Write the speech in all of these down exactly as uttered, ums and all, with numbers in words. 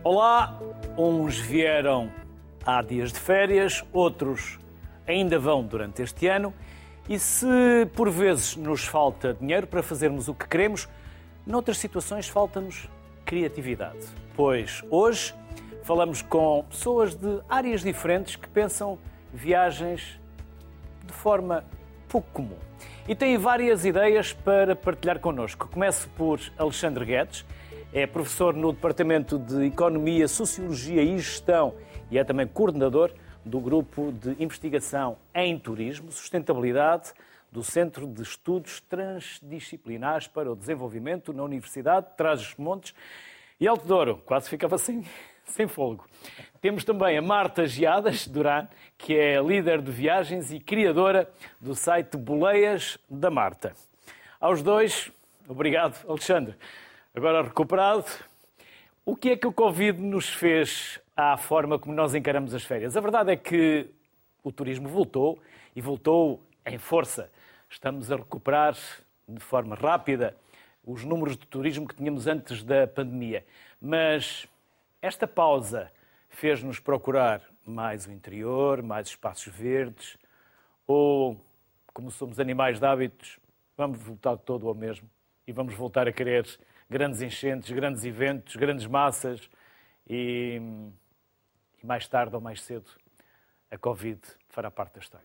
Olá, uns vieram há dias de férias, outros ainda vão durante este ano. E se por vezes nos falta dinheiro para fazermos o que queremos, noutras situações falta-nos criatividade. Pois hoje falamos com pessoas de áreas diferentes que pensam viagens de forma pouco comum. E têm várias ideias para partilhar connosco. Começo por Alexandre Guedes, é professor no Departamento de Economia, Sociologia e Gestão e é também coordenador do Grupo de Investigação em Turismo, Sustentabilidade do Centro de Estudos Transdisciplinares para o Desenvolvimento na Universidade de Trás-os-Montes e Alto Douro. Quase ficava sem, sem fôlego. Temos também a Marta Geadas Duran, que é líder de viagens e criadora do site Boleias da Marta. Aos dois, obrigado, Alexandre. Agora recuperado, o que é que o Covid nos fez à forma como nós encaramos as férias? A verdade é que o turismo voltou e voltou em força. Estamos a recuperar de forma rápida os números de turismo que tínhamos antes da pandemia. Mas esta pausa fez-nos procurar mais o interior, mais espaços verdes, ou, como somos animais de hábitos, vamos voltar todo ao mesmo e vamos voltar a querer grandes enchentes, grandes eventos, grandes massas e, e mais tarde ou mais cedo a Covid fará parte da história.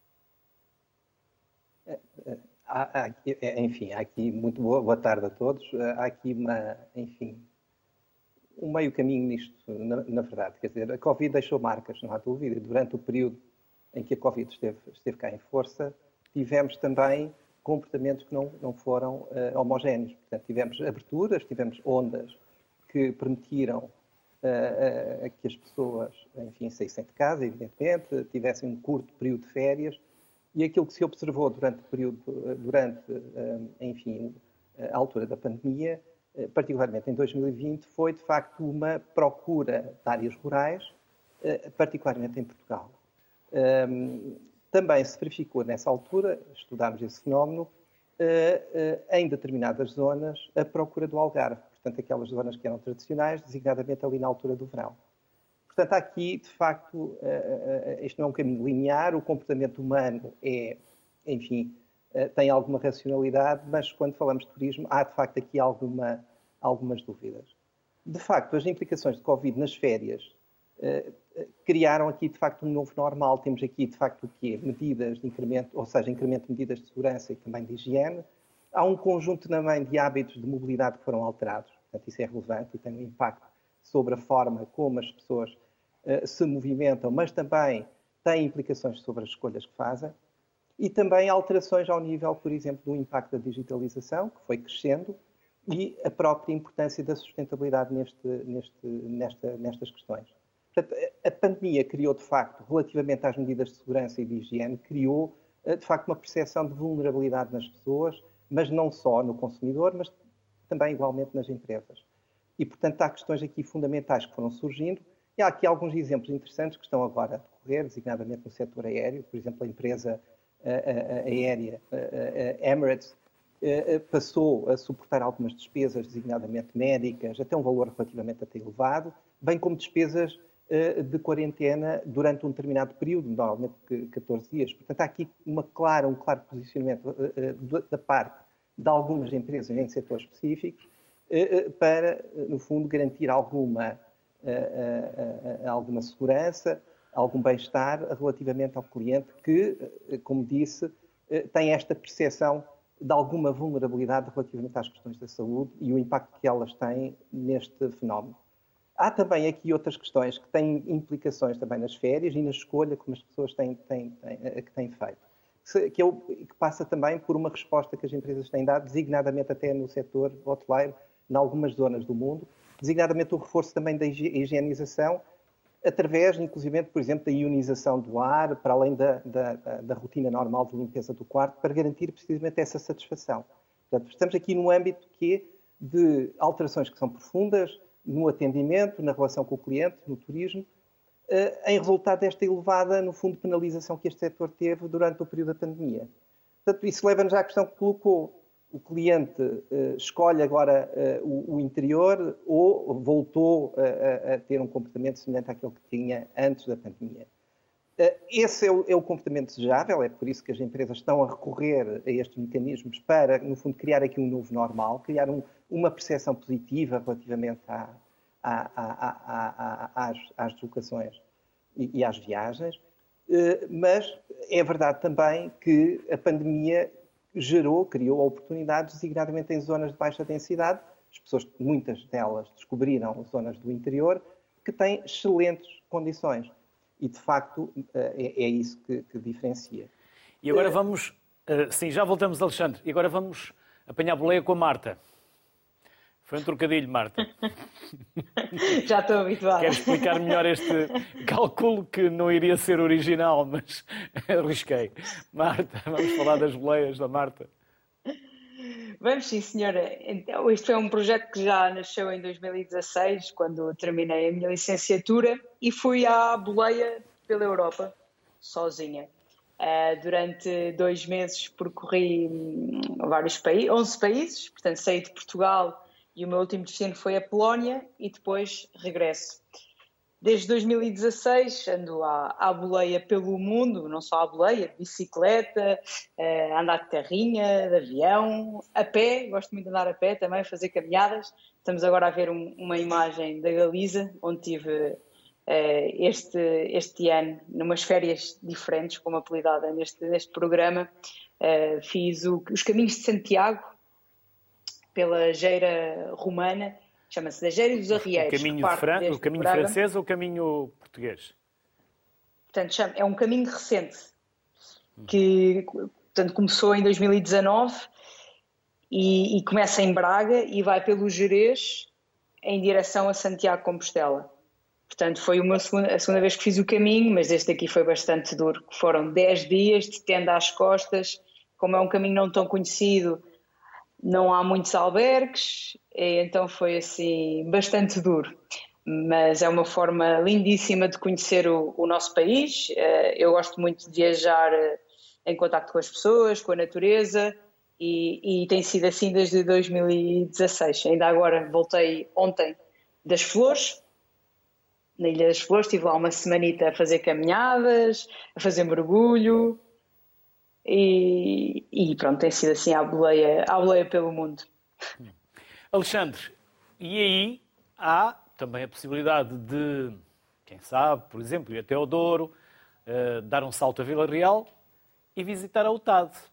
Há, há, enfim, há aqui, muito boa, boa tarde a todos. Há aqui uma, enfim, um meio caminho nisto, na, na verdade. Quer dizer, a Covid deixou marcas, não há dúvida. Durante o período em que a Covid esteve, esteve cá em força, tivemos também comportamentos que não, não foram uh, homogéneos. Portanto, tivemos aberturas, tivemos ondas que permitiram uh, uh, que as pessoas, enfim, saíssem de casa, evidentemente, tivessem um curto período de férias. E aquilo que se observou durante o período, durante, uh, enfim, a altura da pandemia, uh, particularmente em dois mil e vinte, foi, de facto, uma procura de áreas rurais, uh, particularmente em Portugal. Um, Também se verificou nessa altura, estudámos esse fenómeno, em determinadas zonas, a procura do Algarve. Portanto, aquelas zonas que eram tradicionais, designadamente ali na altura do verão. Portanto, aqui, de facto, isto não é um caminho linear, o comportamento humano é, enfim, tem alguma racionalidade, mas quando falamos de turismo, há, de facto, aqui alguma, algumas dúvidas. De facto, as implicações de Covid nas férias criaram aqui, de facto, um novo normal. Temos aqui, de facto, o quê? Medidas de incremento, ou seja, incremento de medidas de segurança e também de higiene. Há um conjunto também de hábitos de mobilidade que foram alterados. Portanto, isso é relevante e tem um impacto sobre a forma como as pessoas uh, se movimentam, mas também tem implicações sobre as escolhas que fazem. E também alterações ao nível, por exemplo, do impacto da digitalização, que foi crescendo, e a própria importância da sustentabilidade neste, neste, nesta, nestas questões. Portanto, a pandemia criou, de facto, relativamente às medidas de segurança e de higiene, criou, de facto, uma percepção de vulnerabilidade nas pessoas, mas não só no consumidor, mas também igualmente nas empresas. E, portanto, há questões aqui fundamentais que foram surgindo, e há aqui alguns exemplos interessantes que estão agora a decorrer, designadamente no setor aéreo. Por exemplo, a empresa aérea Emirates passou a suportar algumas despesas, designadamente médicas, até um valor relativamente até elevado, bem como despesas de quarentena durante um determinado período, normalmente catorze dias. Portanto, há aqui uma clara, um claro posicionamento da parte de algumas empresas em setores específicos para, no fundo, garantir alguma, alguma segurança, algum bem-estar relativamente ao cliente que, como disse, tem esta percepção de alguma vulnerabilidade relativamente às questões da saúde e o impacto que elas têm neste fenómeno. Há também aqui outras questões que têm implicações também nas férias e na escolha como as pessoas têm, têm, têm, que têm feito, que, é o, que passa também por uma resposta que as empresas têm dado, designadamente até no setor hoteleiro, em algumas zonas do mundo, designadamente o reforço também da higienização, através, inclusive, por exemplo, da ionização do ar, para além da, da, da rotina normal de limpeza do quarto, para garantir precisamente essa satisfação. Portanto, estamos aqui num âmbito que é de alterações que são profundas, no atendimento, na relação com o cliente, no turismo, em resultado desta elevada, no fundo, penalização que este setor teve durante o período da pandemia. Portanto, isso leva-nos à questão que colocou. o cliente uh, escolhe agora uh, o, o interior ou voltou a, a ter um comportamento semelhante àquele que tinha antes da pandemia. Uh, esse é o, é o comportamento desejável, é por isso que as empresas estão a recorrer a estes mecanismos para, no fundo, criar aqui um novo normal, criar um, uma percepção positiva relativamente à, à, à, à, à, às, às deslocações e, e às viagens. Uh, mas é verdade também que a pandemia gerou, criou oportunidades, designadamente em zonas de baixa densidade. As pessoas, muitas delas, descobriram zonas do interior que têm excelentes condições. E, de facto, é, é isso que, que diferencia. E agora vamos... Sim, já voltamos, Alexandre. E agora vamos apanhar boleia com a Marta. Foi um trocadilho, Marta. Já estou habituada. Quero explicar melhor este cálculo que não iria ser original, mas arrisquei. Marta, vamos falar das boleias da Marta. Vamos sim, senhora. Então, este foi um projeto que já nasceu em dois mil e dezasseis, quando terminei a minha licenciatura, e fui à boleia pela Europa, sozinha. Uh, durante dois meses percorri vários países, onze países, portanto saí de Portugal e o meu último destino foi a Polónia e depois regresso. Desde dois mil e dezasseis ando à, à boleia pelo mundo, não só à boleia, de bicicleta, uh, andar de carrinha, de avião, a pé, gosto muito de andar a pé também, fazer caminhadas. Estamos agora a ver um, uma imagem da Galiza, onde tive uh, este, este ano, numas férias diferentes, como apelidada neste, neste programa. Uh, fiz o, os caminhos de Santiago, pela Geira Romana, chama-se da Geira dos Arrieiros. O caminho, Fran... o caminho francês ou o caminho português? Portanto, chama... é um caminho recente, que portanto, começou em dois mil e dezanove e, e começa em Braga e vai pelo Gerês em direção a Santiago de Compostela. Portanto, foi uma segunda, a segunda vez que fiz o caminho, mas este aqui foi bastante duro. Foram dez dias de tenda às costas, como é um caminho não tão conhecido, não há muitos albergues, então foi assim bastante duro. Mas é uma forma lindíssima de conhecer o, o nosso país. Eu gosto muito de viajar em contacto com as pessoas, com a natureza, e, e tem sido assim desde dois mil e dezasseis. Ainda agora voltei ontem das Flores, na Ilha das Flores, estive lá uma semanita a fazer caminhadas, a fazer mergulho. E, e pronto, tem sido assim à boleia, à boleia pelo mundo. Alexandre, e aí há também a possibilidade de, quem sabe, por exemplo, ir até ao Douro, uh, dar um salto a Vila Real e visitar a U T A D.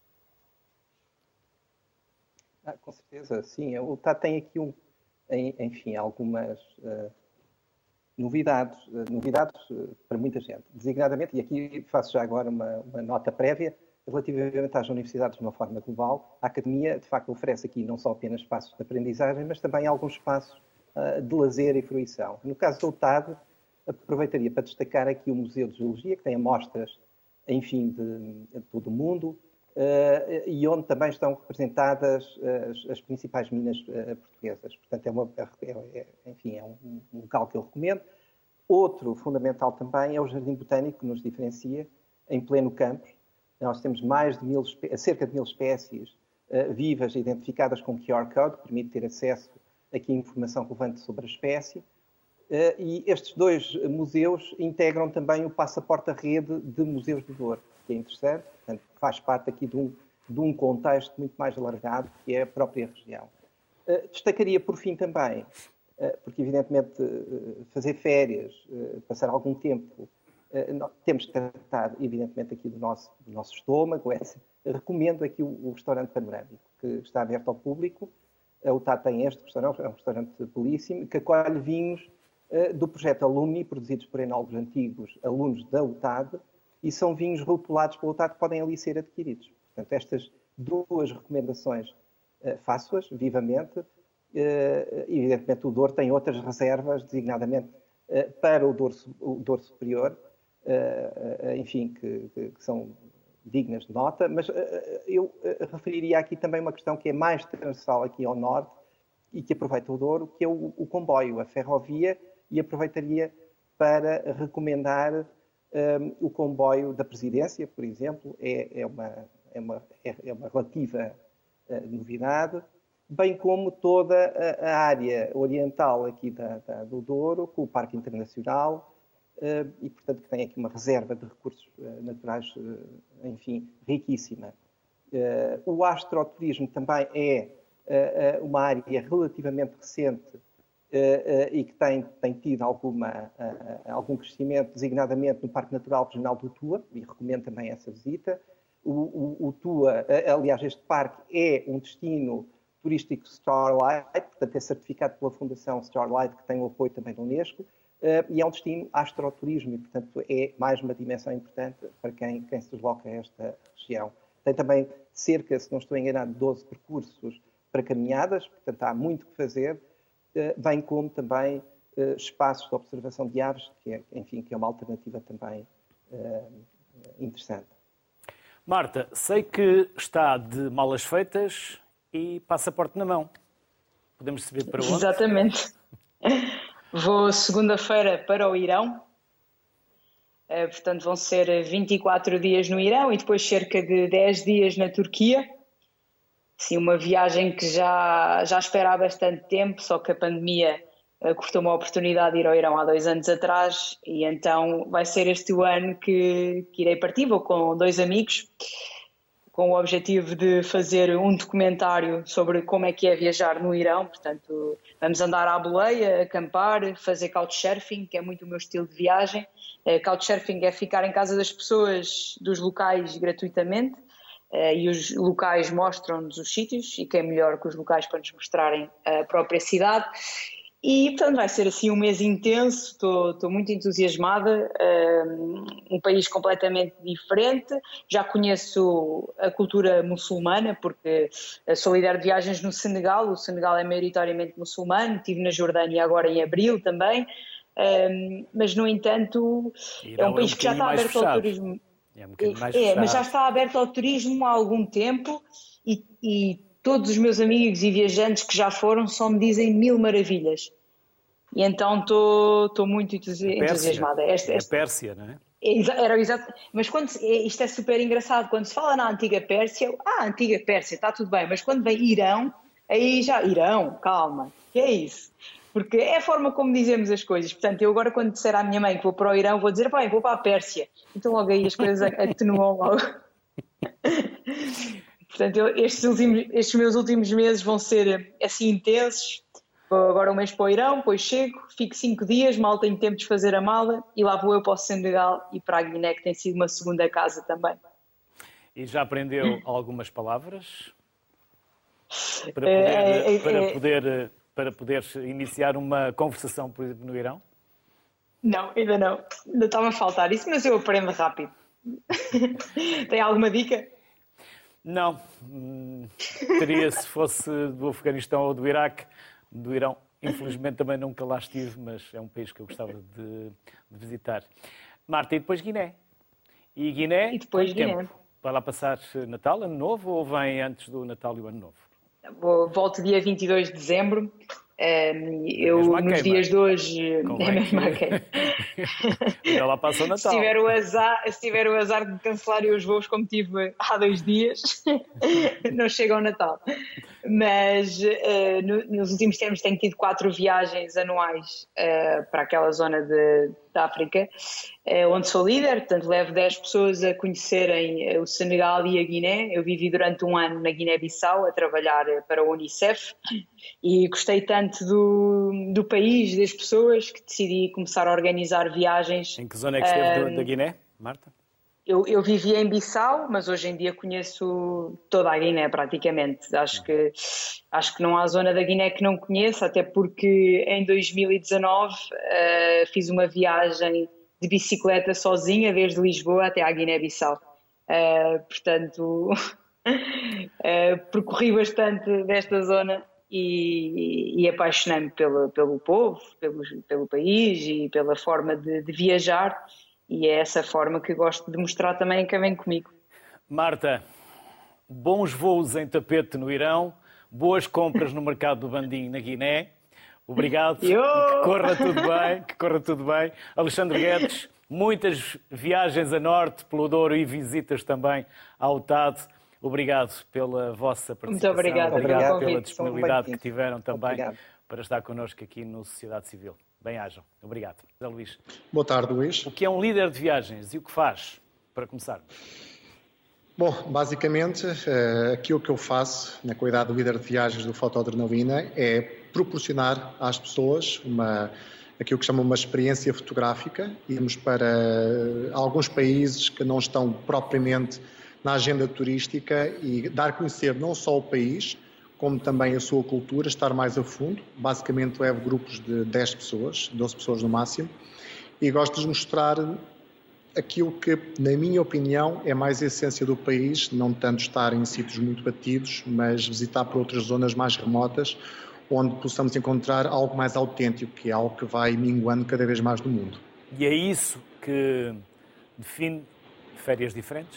Ah, com certeza, sim. A U T A D tem aqui, um, enfim, algumas uh, novidades, uh, novidades uh, para muita gente, designadamente, e aqui faço já agora uma, uma nota prévia, relativamente às universidades de uma forma global. A Academia, de facto, oferece aqui não só apenas espaços de aprendizagem, mas também alguns espaços uh, de lazer e fruição. No caso da U T A D, aproveitaria para destacar aqui o Museu de Geologia, que tem amostras, enfim, de, de todo o mundo, uh, e onde também estão representadas as, as principais minas uh, portuguesas. Portanto, é, uma, é, é, enfim, é um, um local que eu recomendo. Outro fundamental também é o Jardim Botânico, que nos diferencia, em pleno campus. Nós temos mais de mil, cerca de mil espécies uh, vivas identificadas com Q R Code, que permite ter acesso aqui a informação relevante sobre a espécie. Uh, e estes dois museus integram também o passaporte à rede de museus do Douro, que é interessante, portanto, faz parte aqui de um, de um contexto muito mais alargado, que é a própria região. Uh, destacaria, por fim, também, uh, porque, evidentemente, uh, fazer férias, uh, passar algum tempo, Uh, temos que tratar, evidentemente, aqui do nosso, do nosso estômago. É, recomendo aqui o, o restaurante panorâmico, que está aberto ao público. A U T A D tem este restaurante, é um restaurante belíssimo, que acolhe vinhos uh, do projeto Alumni, produzidos por enólogos antigos, alunos da U T A D, e são vinhos rotulados pela U T A D que podem ali ser adquiridos. Portanto, estas duas recomendações uh, faço-as vivamente. Uh, evidentemente, o Douro tem outras reservas, designadamente uh, para o Douro, o Douro Superior, Uh, uh, enfim, que, que, que são dignas de nota, mas uh, eu uh, referiria aqui também uma questão que é mais transversal aqui ao norte e que aproveita o Douro, que é o, o comboio, a ferrovia, e aproveitaria para recomendar um, o comboio da Presidência, por exemplo, é, é, uma, é, uma, é, é uma relativa novidade, bem como toda a, a área oriental aqui da, da, do Douro, com o Parque Internacional, Uh, e, portanto, que tem aqui uma reserva de recursos uh, naturais, uh, enfim, riquíssima. Uh, o astroturismo também é uh, uh, uma área relativamente recente uh, uh, e que tem, tem tido alguma, uh, algum crescimento, designadamente no Parque Natural Regional do Tua, e recomendo também essa visita. O, o, o Tua, uh, aliás, este parque é um destino turístico Starlight, portanto, é certificado pela Fundação Starlight, que tem o apoio também da Unesco. Uh, e é um destino astroturismo e, portanto, é mais uma dimensão importante para quem, quem se desloca a esta região. Tem também cerca, se não estou enganado, doze percursos para caminhadas, portanto, há muito que fazer, uh, bem como também uh, espaços de observação de aves, que é, enfim, que é uma alternativa também uh, interessante. Marta, sei que está de malas feitas e passaporte na mão. Podemos saber para onde? Exatamente. Vou segunda-feira para o Irão, uh, portanto vão ser vinte e quatro dias no Irão e depois cerca de dez dias na Turquia. Sim, uma viagem que já, já espera há bastante tempo, só que a pandemia uh, cortou-me a oportunidade de ir ao Irão há dois anos atrás e então vai ser este o ano que, que irei partir. Vou com dois amigos, com o objetivo de fazer um documentário sobre como é que é viajar no Irão. Portanto, vamos andar à boleia, acampar, fazer couchsurfing, que é muito o meu estilo de viagem. Couchsurfing é ficar em casa das pessoas dos locais gratuitamente e os locais mostram-nos os sítios e quem é melhor que os locais para nos mostrarem a própria cidade. E, portanto, vai ser assim um mês intenso, estou, estou muito entusiasmada, um, um país completamente diferente. Já conheço a cultura muçulmana, porque sou líder de viagens no Senegal, o Senegal é maioritariamente muçulmano, estive na Jordânia agora em abril também, um, mas, no entanto, é um país é um que já está aberto fechado. Ao turismo. É, um bocadinho mais é mas já está aberto ao turismo há algum tempo e, e todos os meus amigos e viajantes que já foram só me dizem mil maravilhas. E então estou muito entusiasmada. Esta, esta... É a Pérsia, não é? Era exato. Mas quando se, isto é super engraçado. Quando se fala na antiga Pérsia, ah, antiga Pérsia, está tudo bem. Mas quando vem Irão, aí já... Irão, calma, que é isso? Porque é a forma como dizemos as coisas. Portanto, eu agora quando disser à minha mãe que vou para o Irão, vou dizer, bem, vou para a Pérsia. Então logo aí as coisas atenuam logo. Portanto, eu, estes, últimos, estes meus últimos meses vão ser assim intensos. Vou agora um mês para o Irão, depois chego, fico cinco dias, mal tenho tempo de fazer a mala e lá vou eu para o Senegal e para a Guiné, que tem sido uma segunda casa também. E já aprendeu algumas palavras? Para poder, é, é, para é, poder, para poder iniciar uma conversação, por exemplo, no Irão? Não, ainda não. Ainda está-me a faltar isso, mas eu aprendo rápido. Tem alguma dica? Não. Teria se fosse do Afeganistão ou do Iraque. Do Irão, infelizmente também nunca lá estive, mas é um país que eu gostava de, de visitar. Marta, e depois Guiné? E Guiné, e depois Guiné. Tempo? Vai lá passar Natal, Ano Novo, ou vem antes do Natal e o Ano Novo? Vou, volto dia vinte e dois de dezembro. Um, eu, nos queima. Dias de hoje, Convém é mesmo a queima. Ainda lá passa o Natal. Se tiver o, azar, se tiver o azar de cancelar os voos como tive há dois dias, não chega ao Natal. Mas uh, no, nos últimos tempos tenho tido quatro viagens anuais uh, para aquela zona de, de África, uh, onde sou líder, portanto levo dez pessoas a conhecerem o Senegal e a Guiné. Eu vivi durante um ano na Guiné-Bissau a trabalhar para a Unicef e gostei tanto do, do país, das pessoas, que decidi começar a organizar viagens. Em que zona é que esteve um, da Guiné, Marta? Eu, eu vivia em Bissau, mas hoje em dia conheço toda a Guiné praticamente. Acho que, acho que não há zona da Guiné que não conheça, até porque em dois mil e dezanove uh, fiz uma viagem de bicicleta sozinha desde Lisboa até à Guiné-Bissau. Uh, portanto, uh, percorri bastante desta zona e, e apaixonei-me pelo, pelo povo, pelo, pelo país e pela forma de, de viajar. E é essa forma que gosto de mostrar também a quem vem comigo. Marta, bons voos em tapete no Irão, boas compras no mercado do Bandim na Guiné. Obrigado. Eu... Que corra tudo bem, que corra tudo bem. Alexandre Guedes, muitas viagens a norte pelo Douro e visitas também ao T A D. obrigado pela vossa participação. Muito obrigado, obrigado pela disponibilidade que tiveram também obrigado. para estar connosco aqui no Sociedade Civil. Bem-ajam. Obrigado. José Luís. Boa tarde, Luís. O que é um líder de viagens e o que faz, para começar? Bom, basicamente, aquilo que eu faço na qualidade de líder de viagens do Fotoadrenalina é proporcionar às pessoas uma, aquilo que chamam uma experiência fotográfica. Irmos para alguns países que não estão propriamente na agenda turística e dar a conhecer não só o país, como também a sua cultura, estar mais a fundo. Basicamente levo grupos de dez pessoas, doze pessoas no máximo, e gosto de mostrar aquilo que, na minha opinião, é mais a essência do país, não tanto estar em sítios muito batidos, mas visitar por outras zonas mais remotas, onde possamos encontrar algo mais autêntico, que é algo que vai minguando cada vez mais no mundo. E é isso que define férias diferentes?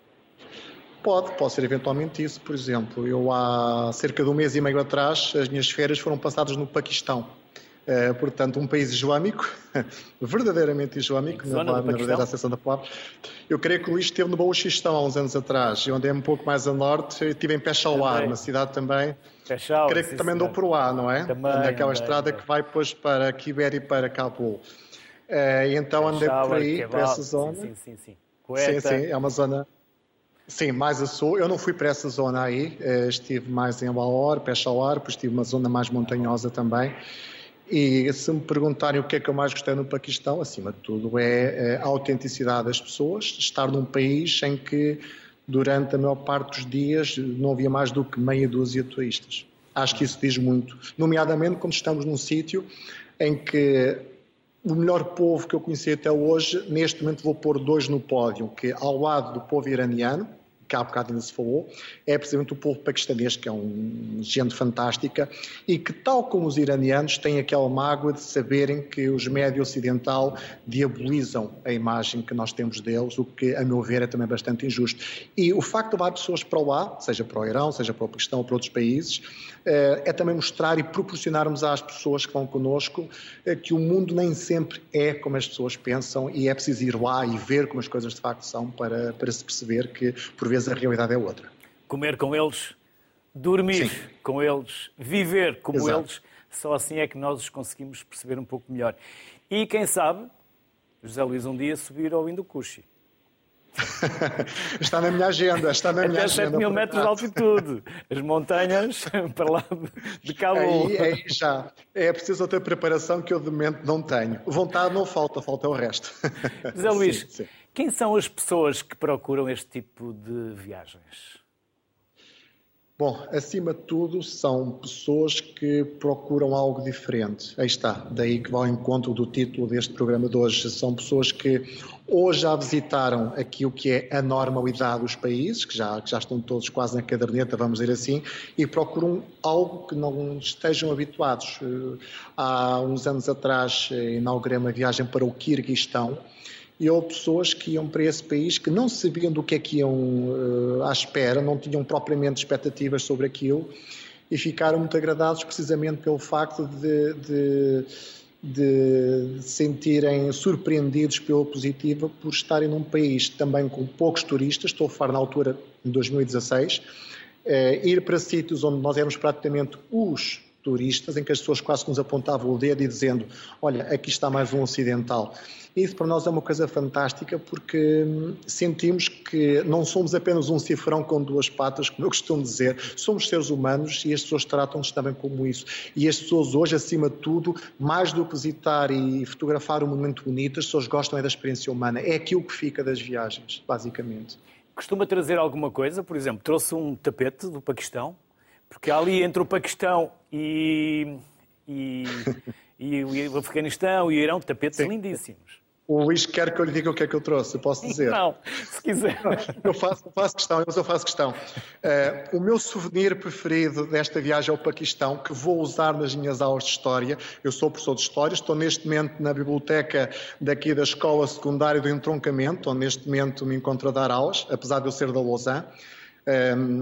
Pode, pode ser eventualmente isso. Por exemplo, eu há cerca de um mês e meio atrás, as minhas férias foram passadas no Paquistão. Uh, portanto, um país islâmico, verdadeiramente islâmico, na, na verdadeira acessão da palavra. Eu creio que o Luís esteve no Baluchistão há uns anos atrás, e onde é um pouco mais a norte, eu estive em Peshawar, uma cidade também. Peshawar, creio que também andou por lá, não é? Também, naquela andei, estrada andei. que vai depois para Kiber e para Cabul. Uh, e então andei Peshawar, por aí, Kebab, para essa zona. Sim, sim, sim. Sim, sim, é uma zona... Sim, mais a sul. Eu não fui para essa zona aí, uh, estive mais em Lahore, Peshawar, depois estive numa zona mais montanhosa também. E se me perguntarem o que é que eu mais gostei no Paquistão, acima de tudo é a autenticidade das pessoas, estar num país em que durante a maior parte dos dias não havia mais do que meia dúzia de turistas. Acho que isso diz muito, nomeadamente quando estamos num sítio em que o melhor povo que eu conheci até hoje, neste momento vou pôr dois no pódio, que ao lado do povo iraniano, que há bocado ainda se falou, é precisamente o povo paquistanês, que é um gente fantástica e que, tal como os iranianos, têm aquela mágoa de saberem que os média ocidental diabolizam a imagem que nós temos deles, o que, a meu ver, é também bastante injusto. E o facto de levar pessoas para lá, seja para o Irão, seja para o Paquistão ou para outros países, é também mostrar e proporcionarmos às pessoas que vão connosco que o mundo nem sempre é como as pessoas pensam e é preciso ir lá e ver como as coisas de facto são para, para se perceber que, por vezes, a realidade é outra. Comer com eles, dormir Sim. com eles, viver como Exato. eles, só assim é que nós os conseguimos perceber um pouco melhor. E quem sabe, José Luís um dia subir ao Hindu Kushi. Está na minha agenda, está na minha Até agenda. sete mil metros de altitude, as montanhas para lá de Cabul. Aí, aí já, é preciso outra preparação que eu de momento não tenho. Vontade não falta, falta o resto. José Luís, sim, sim. Quem são as pessoas que procuram este tipo de viagens? Bom, acima de tudo, são pessoas que procuram algo diferente. Aí está, daí que vai ao encontro do título deste programa de hoje. São pessoas que ou já visitaram aquilo que é a normalidade dos países, que já, que já estão todos quase na caderneta, vamos dizer assim, e procuram algo que não estejam habituados. Há uns anos atrás inaugurei uma viagem para o Quirguistão, e houve pessoas que iam para esse país que não sabiam do que é que iam uh, à espera, não tinham propriamente expectativas sobre aquilo e ficaram muito agradados precisamente pelo facto de, de, de sentirem surpreendidos pela positiva por estarem num país também com poucos turistas, estou a falar na altura em dois mil e dezasseis, uh, ir para sítios onde nós éramos praticamente os turistas, em que as pessoas quase nos apontavam o dedo e dizendo, olha, aqui está mais um ocidental. Isso para nós é uma coisa fantástica porque sentimos que não somos apenas um cifrão com duas patas, como eu costumo dizer, somos seres humanos e as pessoas tratam-nos também como isso. E as pessoas hoje, acima de tudo, mais do que visitar e fotografar um momento bonito, as pessoas gostam é da experiência humana. É aquilo que fica das viagens, basicamente. Costuma trazer alguma coisa? Por exemplo, trouxe um tapete do Paquistão, porque ali entre o Paquistão e, e, e o Afeganistão e o Irão, tapetes Sim. lindíssimos. O Luís quer que eu lhe diga o que é que eu trouxe, eu posso dizer? Não, se quiser. Eu faço, eu faço questão, mas eu faço questão. Uh, o meu souvenir preferido desta viagem ao Paquistão, que vou usar nas minhas aulas de História, eu sou professor de História, estou neste momento na biblioteca daqui da Escola Secundária do Entroncamento, onde neste momento me encontro a dar aulas, apesar de eu ser da Lausanne. Um,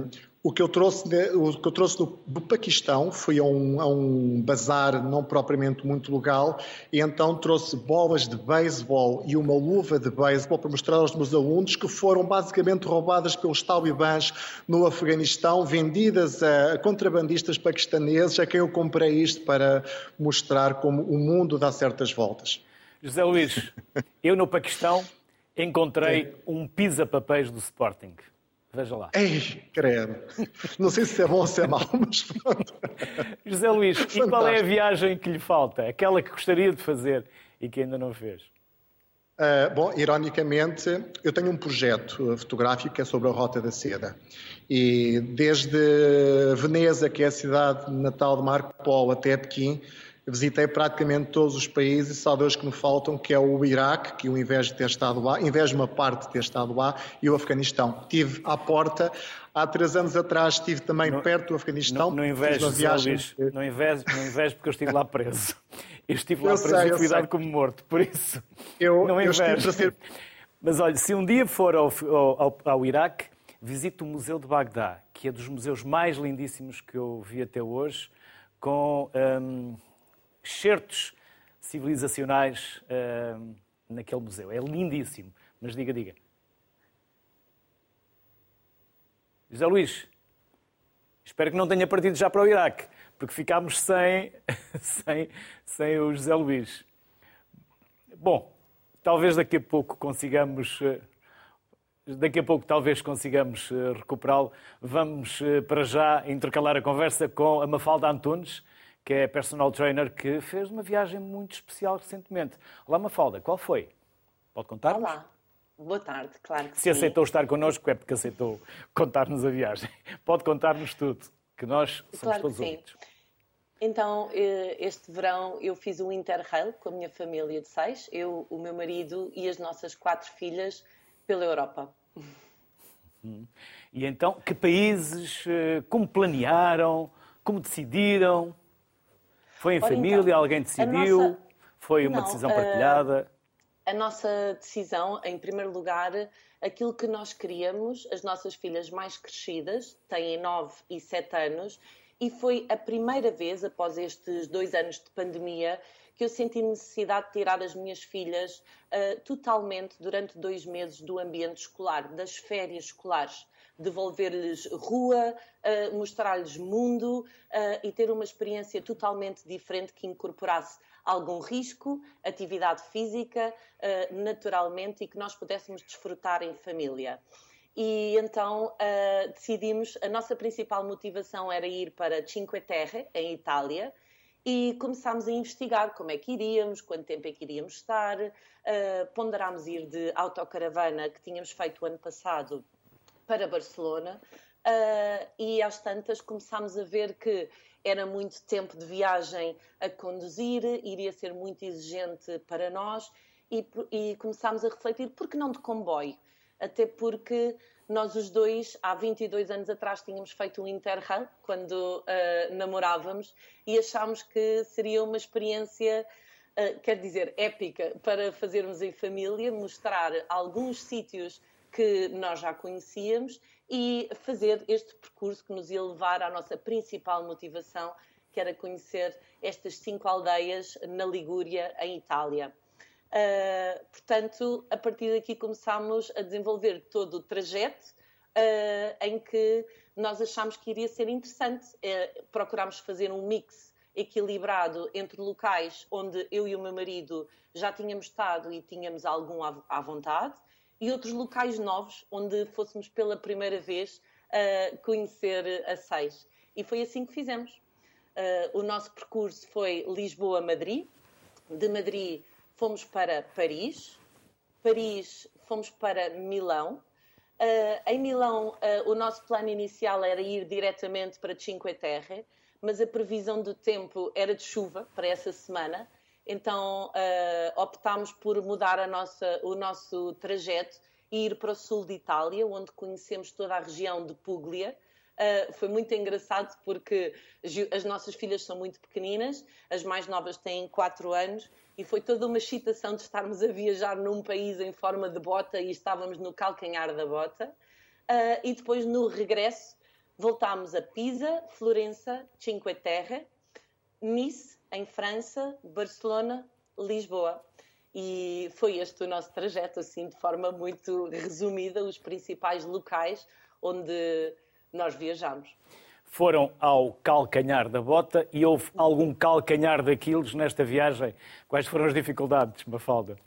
O que eu trouxe, de, o que eu trouxe do, do Paquistão foi a um, a um bazar não propriamente muito legal, e então trouxe bolas de beisebol e uma luva de beisebol para mostrar aos meus alunos, que foram basicamente roubadas pelos talibãs no Afeganistão, vendidas a contrabandistas paquistaneses, a quem eu comprei isto para mostrar como o mundo dá certas voltas. José Luís, eu no Paquistão encontrei é. um pisa-papéis do Sporting. Veja lá. Ei, credo. Não sei se é bom ou se é mau, mas pronto. José Luís, e qual é a viagem que lhe falta? Aquela que gostaria de fazer e que ainda não fez? Uh, bom, ironicamente, eu tenho um projeto fotográfico que é sobre a Rota da Seda. E desde Veneza, que é a cidade natal de Marco Polo, até Pequim, visitei praticamente todos os países, e só dois que me faltam, que é o Iraque, que eu invejo de ter estado lá, invejo uma parte de ter estado lá, e o Afeganistão. Estive à porta, há três anos atrás estive também não, perto do Afeganistão. Não, não invejo, viagem... Luís, não invejo, não invejo porque eu estive lá preso. Eu estive lá eu preso sei, e fui dado como morto, por isso eu, não invejo. Eu ser... Mas olha, se um dia for ao, ao, ao Iraque, visite o Museu de Bagdá, que é dos museus mais lindíssimos que eu vi até hoje, com... Hum, excertos civilizacionais uh, naquele museu. É lindíssimo. Mas diga, diga. José Luís, espero que não tenha partido já para o Iraque, porque ficámos sem, sem, sem o José Luís. Bom, talvez daqui a pouco consigamos... Daqui a pouco talvez consigamos recuperá-lo. Vamos para já intercalar a conversa com a Mafalda Antunes, que é personal trainer, que fez uma viagem muito especial recentemente. Olá, Mafalda, qual foi? Pode contar-nos? Olá, boa tarde, claro que Se sim. aceitou estar connosco é porque aceitou contar-nos a viagem. Pode contar-nos tudo, que nós somos claro todos que sim. ouvidos. Então, este verão eu fiz um Interrail com a minha família de seis, eu, o meu marido e as nossas quatro filhas, pela Europa. E então, que países, como planearam, como decidiram? Foi em Ora, família? Então, alguém decidiu? Nossa... Foi uma Não, decisão partilhada? A, a nossa decisão, em primeiro lugar, aquilo que nós queríamos, as nossas filhas mais crescidas, têm nove e sete anos, e foi a primeira vez, após estes dois anos de pandemia, que eu senti necessidade de tirar as minhas filhas uh, totalmente durante dois meses do ambiente escolar, das férias escolares. Devolver-lhes rua, uh, mostrar-lhes mundo uh, e ter uma experiência totalmente diferente que incorporasse algum risco, atividade física, uh, naturalmente, e que nós pudéssemos desfrutar em família. E então uh, decidimos, a nossa principal motivação era ir para Cinque Terre, em Itália, e começámos a investigar como é que iríamos, quanto tempo é que iríamos estar, uh, ponderámos ir de autocaravana, que tínhamos feito o ano passado, para Barcelona, uh, e às tantas começámos a ver que era muito tempo de viagem a conduzir, iria ser muito exigente para nós, e, e começámos a refletir, por que não de comboio? Até porque nós os dois, há vinte e dois anos atrás, tínhamos feito um Interrail, quando uh, namorávamos, e achámos que seria uma experiência, uh, quer dizer, épica, para fazermos em família, mostrar alguns sítios que nós já conhecíamos e fazer este percurso que nos ia levar à nossa principal motivação, que era conhecer estas cinco aldeias na Ligúria, em Itália. Uh, portanto, a partir daqui começámos a desenvolver todo o trajeto uh, em que nós achámos que iria ser interessante. Uh, procurámos fazer um mix equilibrado entre locais onde eu e o meu marido já tínhamos estado e tínhamos algum à, à vontade, e outros locais novos, onde fôssemos pela primeira vez uh, conhecer a seis. E foi assim que fizemos. Uh, o nosso percurso foi Lisboa-Madrid. De Madrid fomos para Paris. Paris fomos para Milão. Uh, em Milão, uh, o nosso plano inicial era ir diretamente para Cinque Terre, mas a previsão do tempo era de chuva para essa semana. Então, uh, optámos por mudar a nossa, o nosso trajeto e ir para o sul de Itália, onde conhecemos toda a região de Puglia. Uh, foi muito engraçado porque as nossas filhas são muito pequeninas, as mais novas têm quatro anos, e foi toda uma excitação de estarmos a viajar num país em forma de bota e estávamos no calcanhar da bota. Uh, e depois, no regresso, voltámos a Pisa, Florença, Cinque Terre, Nice, em França, Barcelona, Lisboa. E foi este o nosso trajeto, assim, de forma muito resumida, os principais locais onde nós viajamos. Foram ao calcanhar da bota e houve algum calcanhar daqueles nesta viagem? Quais foram as dificuldades, Mafalda?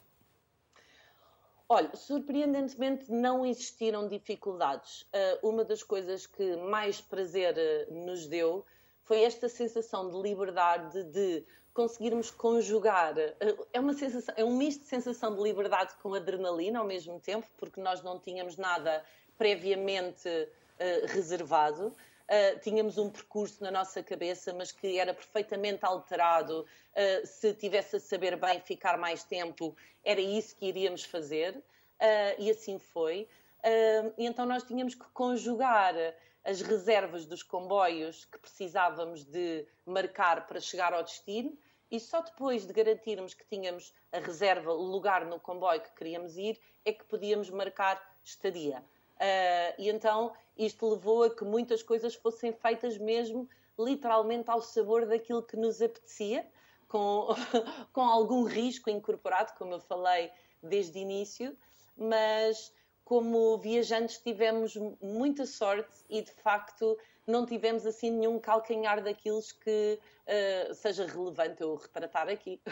Olha, surpreendentemente não existiram dificuldades. Uh, uma das coisas que mais prazer uh, nos deu foi esta sensação de liberdade, de conseguirmos conjugar. Uh, é, uma sensação, é um misto de sensação de liberdade com adrenalina ao mesmo tempo, porque nós não tínhamos nada previamente uh, reservado. Uh, tínhamos um percurso na nossa cabeça, mas que era perfeitamente alterado. Uh, se tivesse a saber bem ficar mais tempo, era isso que iríamos fazer. Uh, e assim foi. Uh, e então nós tínhamos que conjugar as reservas dos comboios que precisávamos de marcar para chegar ao destino, e só depois de garantirmos que tínhamos a reserva, o lugar no comboio que queríamos ir, é que podíamos marcar estadia. Uh, e então isto levou a que muitas coisas fossem feitas mesmo literalmente ao sabor daquilo que nos apetecia, com, com algum risco incorporado, como eu falei desde o início, mas como viajantes tivemos muita sorte e de facto não tivemos assim nenhum calcanhar daqueles que uh, seja relevante eu retratar aqui.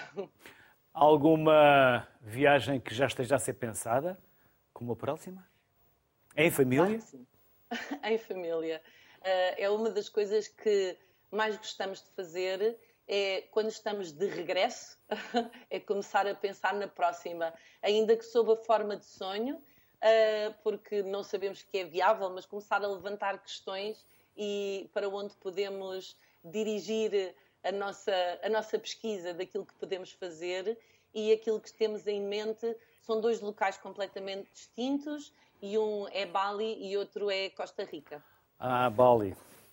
Alguma viagem que já esteja a ser pensada como a próxima? Em família? Claro que sim. Em família. Uh, é uma das coisas que mais gostamos de fazer, é quando estamos de regresso, é começar a pensar na próxima, ainda que sob a forma de sonho, uh, porque não sabemos que é viável, mas começar a levantar questões e para onde podemos dirigir a nossa, a nossa pesquisa daquilo que podemos fazer, e aquilo que temos em mente são dois locais completamente distintos, e um é Bali e outro é Costa Rica. Ah, Bali.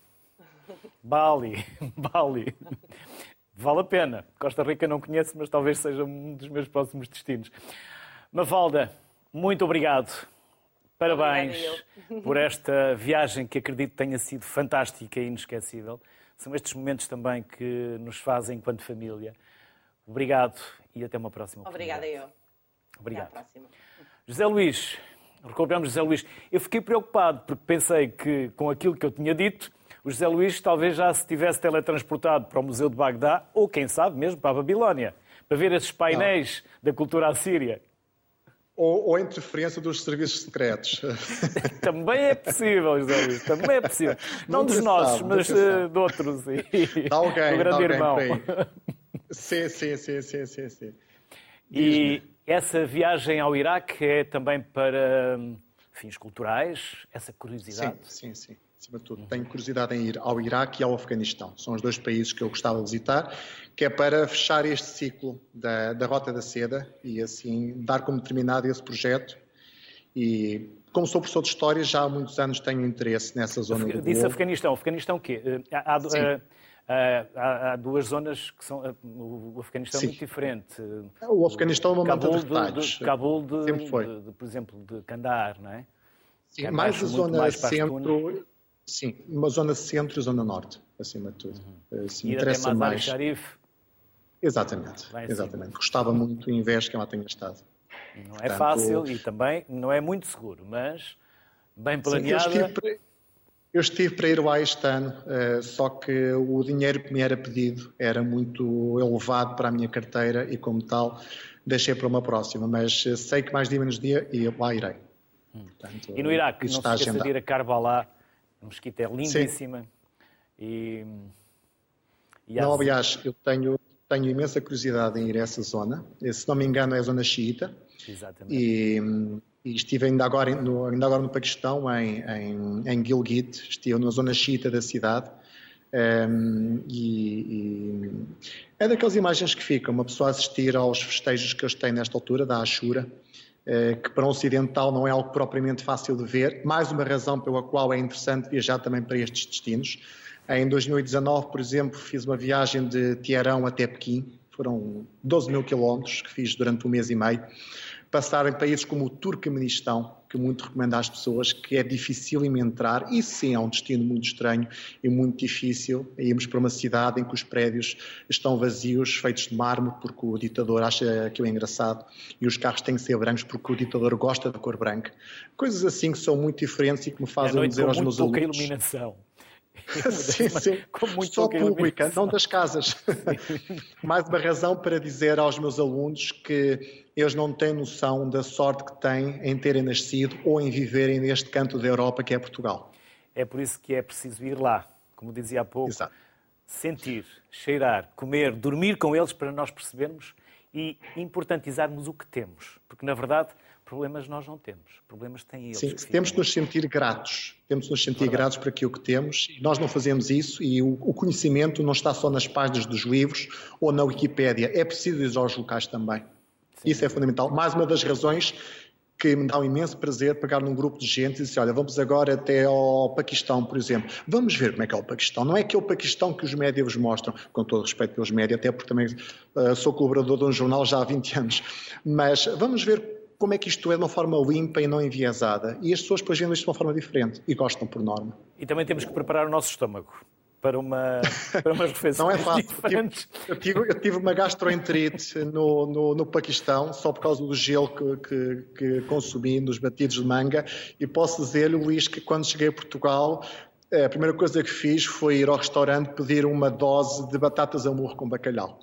Bali, Bali. Vale a pena. Costa Rica não conheço, mas talvez seja um dos meus próximos destinos. Mafalda, muito obrigado. Parabéns por esta viagem que acredito tenha sido fantástica e inesquecível. São estes momentos também que nos fazem enquanto família. Obrigado e até uma próxima oportunidade. Obrigada eu. Obrigado. Até à próxima. José Luís, recuperamos José Luís. Eu fiquei preocupado porque pensei que com aquilo que eu tinha dito, o José Luís talvez já se tivesse teletransportado para o Museu de Bagdá ou, quem sabe, mesmo para a Babilónia, para ver esses painéis não. da cultura assíria. Ou, ou a interferência dos serviços secretos. Também é possível, José Luís, também é possível. Não nunca dos nossos, sabe, mas uh, de outros. E... De alguém, do grande de irmão. Sim, sim, sim, sim, sim, sim. E essa viagem ao Iraque é também para fins culturais, essa curiosidade? Sim, sim, sim. Acima de tudo, tenho curiosidade em ir ao Iraque e ao Afeganistão. São os dois países que eu gostava de visitar, que é para fechar este ciclo da, da Rota da Seda e assim dar como terminado esse projeto. E como sou professor de História, já há muitos anos tenho interesse nessa zona do globo. Disse Afeganistão. Afeganistão o quê? Há, há, há, há duas zonas que são... O Afeganistão Sim. é muito diferente. O Afeganistão é uma manta de retalhos. De, de Cabul, de, Sempre foi. De, de, por exemplo, de Kandahar, não é? Sim, é mais a zona mais centro... Sim, uma zona centro e zona norte, acima de tudo. Uhum. Assim, interessa mais. Sharif. Exatamente, exatamente. Gostava muito do invés que ela tenha estado. Não Portanto, é fácil e também não é muito seguro, mas bem planeada. Sim, eu, estive para, eu estive para ir lá este ano, só que o dinheiro que me era pedido era muito elevado para a minha carteira e, como tal, deixei para uma próxima. Mas sei que mais dia menos dia e lá irei. Hum. Portanto, e no Iraque, não se esqueça de ir a Karbala. A mesquita é lindíssima. E, e não, aliás, eu tenho, tenho imensa curiosidade em ir a essa zona. Se não me engano, é a zona xiita. Exatamente. E, e estive ainda agora no, ainda agora no Paquistão, em, em, em Gilgit. Estive na zona xiita da cidade. Um, e, e é daquelas imagens que ficam. Uma pessoa assistir aos festejos que eles têm nesta altura, da Ashura, que para um ocidental não é algo propriamente fácil de ver, mais uma razão pela qual é interessante viajar também para estes destinos. Em dois mil e dezanove, por exemplo, fiz uma viagem de Teherão até Pequim, foram doze mil quilómetros que fiz durante um mês e meio, passar em países como o Turcomenistão, que muito recomendo às pessoas, que é dificílimo entrar, e sim, é um destino muito estranho e muito difícil. Íamos para uma cidade em que os prédios estão vazios, feitos de mármore, porque o ditador acha aquilo engraçado, e os carros têm que ser brancos porque o ditador gosta da cor branca. Coisas assim que são muito diferentes e que me fazem dizer aos meus alunos... pouca iluminação. sim, sim. Só pública, não das casas. Mais uma razão para dizer aos meus alunos que eles não têm noção da sorte que têm em terem nascido ou em viverem neste canto da Europa que é Portugal. É por isso que é preciso ir lá, como dizia há pouco. Exato. Sentir, cheirar, comer, dormir com eles para nós percebermos e importantizarmos o que temos. Porque, na verdade, problemas nós não temos. Problemas têm eles. Sim, temos de nos sentir gratos. Temos de nos sentir verdade. gratos por aquilo que temos. E nós não fazemos isso e o, o conhecimento não está só nas páginas dos livros ou na Wikipédia. É preciso ir aos locais também. Sim. Isso é fundamental. Mais uma das razões que me dá um imenso prazer pegar num grupo de gente e dizer, olha, vamos agora até ao Paquistão, por exemplo. Vamos ver como é que é o Paquistão. Não é aquele Paquistão que os médias vos mostram, com todo respeito pelos médias, até porque também uh, sou colaborador de um jornal já há vinte anos. Mas vamos ver como é que isto é de uma forma limpa e não enviesada. E as pessoas depois veem isto de uma forma diferente e gostam por norma. E também temos que preparar o nosso estômago para, uma, para umas refeições não é fácil. diferentes. Eu tive, eu tive uma gastroenterite no, no, no Paquistão, só por causa do gelo que, que, que consumi nos batidos de manga. E posso dizer-lhe, Luís, que quando cheguei a Portugal, a primeira coisa que fiz foi ir ao restaurante pedir uma dose de batatas a murro com bacalhau.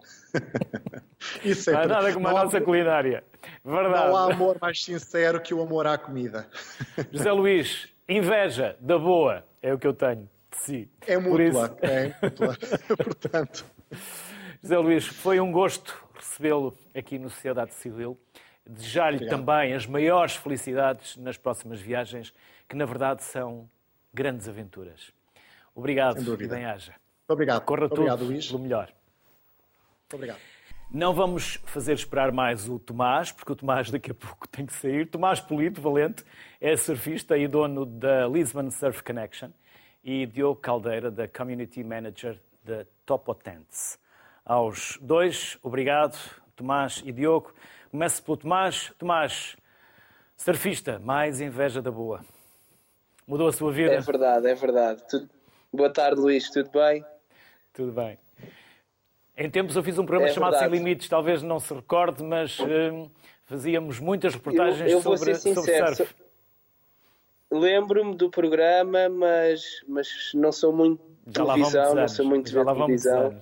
Isso é não há nada como a nossa há... culinária. Verdade. Não há amor mais sincero que o amor à comida. José Luís, inveja da boa é o que eu tenho de si. É mútua, é mútua. Portanto. José Luís, foi um gosto recebê-lo aqui no Sociedade Civil. Desejar-lhe também as maiores felicidades nas próximas viagens, que na verdade são grandes aventuras. Obrigado e bem-aja. Obrigado. Corra Obrigado, tudo Luís. pelo melhor. Obrigado. Não vamos fazer esperar mais o Tomás, porque o Tomás daqui a pouco tem que sair. Tomás Polito Valente é surfista e dono da Lisbon Surf Connection e Diogo Caldeira, da Community Manager da Topotentes. Aos dois, obrigado, Tomás e Diogo. Começo pelo Tomás. Tomás, surfista, mais inveja da boa. Mudou a sua vida? É verdade, é verdade. Tudo... Boa tarde, Luís, tudo bem? Tudo bem. Em tempos eu fiz um programa é chamado verdade. Sem Limites, talvez não se recorde, mas hum, fazíamos muitas reportagens eu, eu vou sobre, ser sincero, sobre surf. Lembro-me do programa, mas, mas não sou muito de televisão, não sou muito de televisão.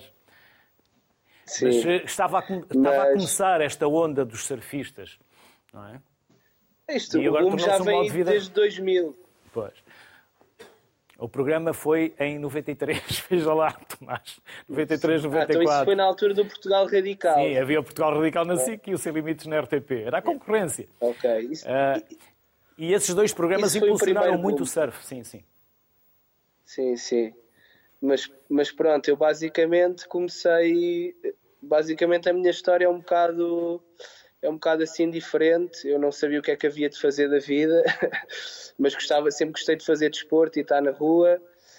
Sim. Mas estava a, estava mas... a começar esta onda dos surfistas, não é? Isto, o boom já vem um vida... desde dois mil. Pois. O programa foi em noventa e três, veja lá, Tomás. noventa e três, noventa e quatro. Ah, então isso foi na altura do Portugal Radical. Sim, havia o Portugal Radical na S I C e o Sem Limites na R T P. Era a concorrência. Ok. Isso... Uh, e esses dois programas impulsionaram muito o surf. Sim, sim. Sim, sim. Mas, mas pronto, eu basicamente comecei... Basicamente a minha história é um bocado... É um bocado assim diferente, eu não sabia o que é que havia de fazer da vida, mas gostava, sempre gostei de fazer desporto e estar na rua.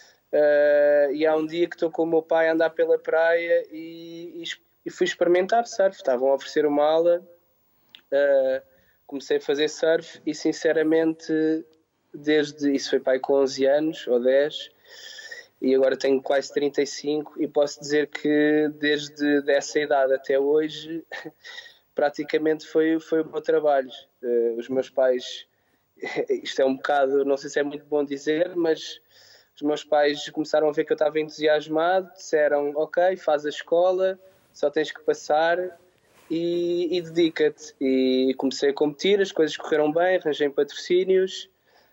Uh, e há um dia que estou com o meu pai a andar pela praia e, e, e fui experimentar surf. Estavam a oferecer uma aula, uh, comecei a fazer surf e sinceramente, desde isso foi pai com onze anos ou dez, e agora tenho quase trinta e cinco e posso dizer que desde essa idade até hoje... praticamente foi, foi o meu trabalho. Uh, os meus pais, isto é um bocado, não sei se é muito bom dizer, mas os meus pais começaram a ver que eu estava entusiasmado, disseram, ok, faz a escola, só tens que passar e, e dedica-te. E comecei a competir, as coisas correram bem, arranjei patrocínios,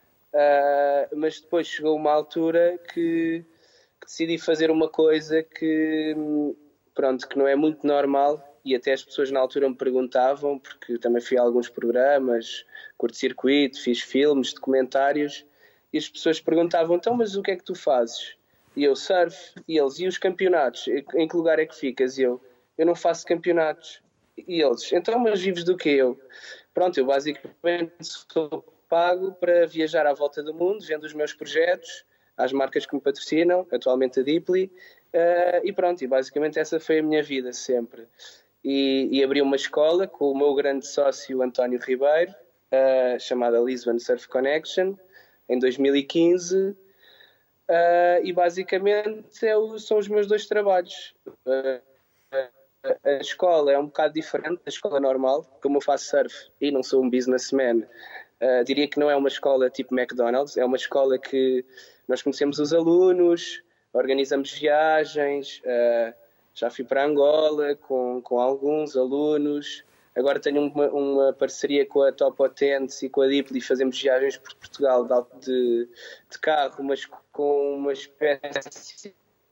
uh, mas depois chegou uma altura que, que decidi fazer uma coisa que, pronto, que não é muito normal. E até as pessoas na altura me perguntavam, porque também fui a alguns programas, curto-circuito, fiz filmes, documentários, e as pessoas perguntavam, então, mas o que é que tu fazes? E eu, surf. E eles, e os campeonatos? Em que lugar é que ficas? E eu, eu não faço campeonatos. E eles, então, mas vives do que eu? Pronto, eu basicamente sou pago para viajar à volta do mundo, vendo os meus projetos, às marcas que me patrocinam, atualmente a Deeply, uh, e pronto, e basicamente essa foi a minha vida sempre. e, e abri uma escola com o meu grande sócio António Ribeiro, uh, chamada Lisbon Surf Connection, em dois mil e quinze, uh, e basicamente é o, são os meus dois trabalhos. Uh, a escola é um bocado diferente da escola normal, como eu faço surf e não sou um businessman. Uh, diria que não é uma escola tipo McDonald's, é uma escola que nós conhecemos os alunos, organizamos viagens, uh, já fui para Angola com, com alguns alunos, agora tenho uma, uma parceria com a Topo Tents e com a Dipli, fazemos viagens por Portugal de, de, de carro, mas com uma espécie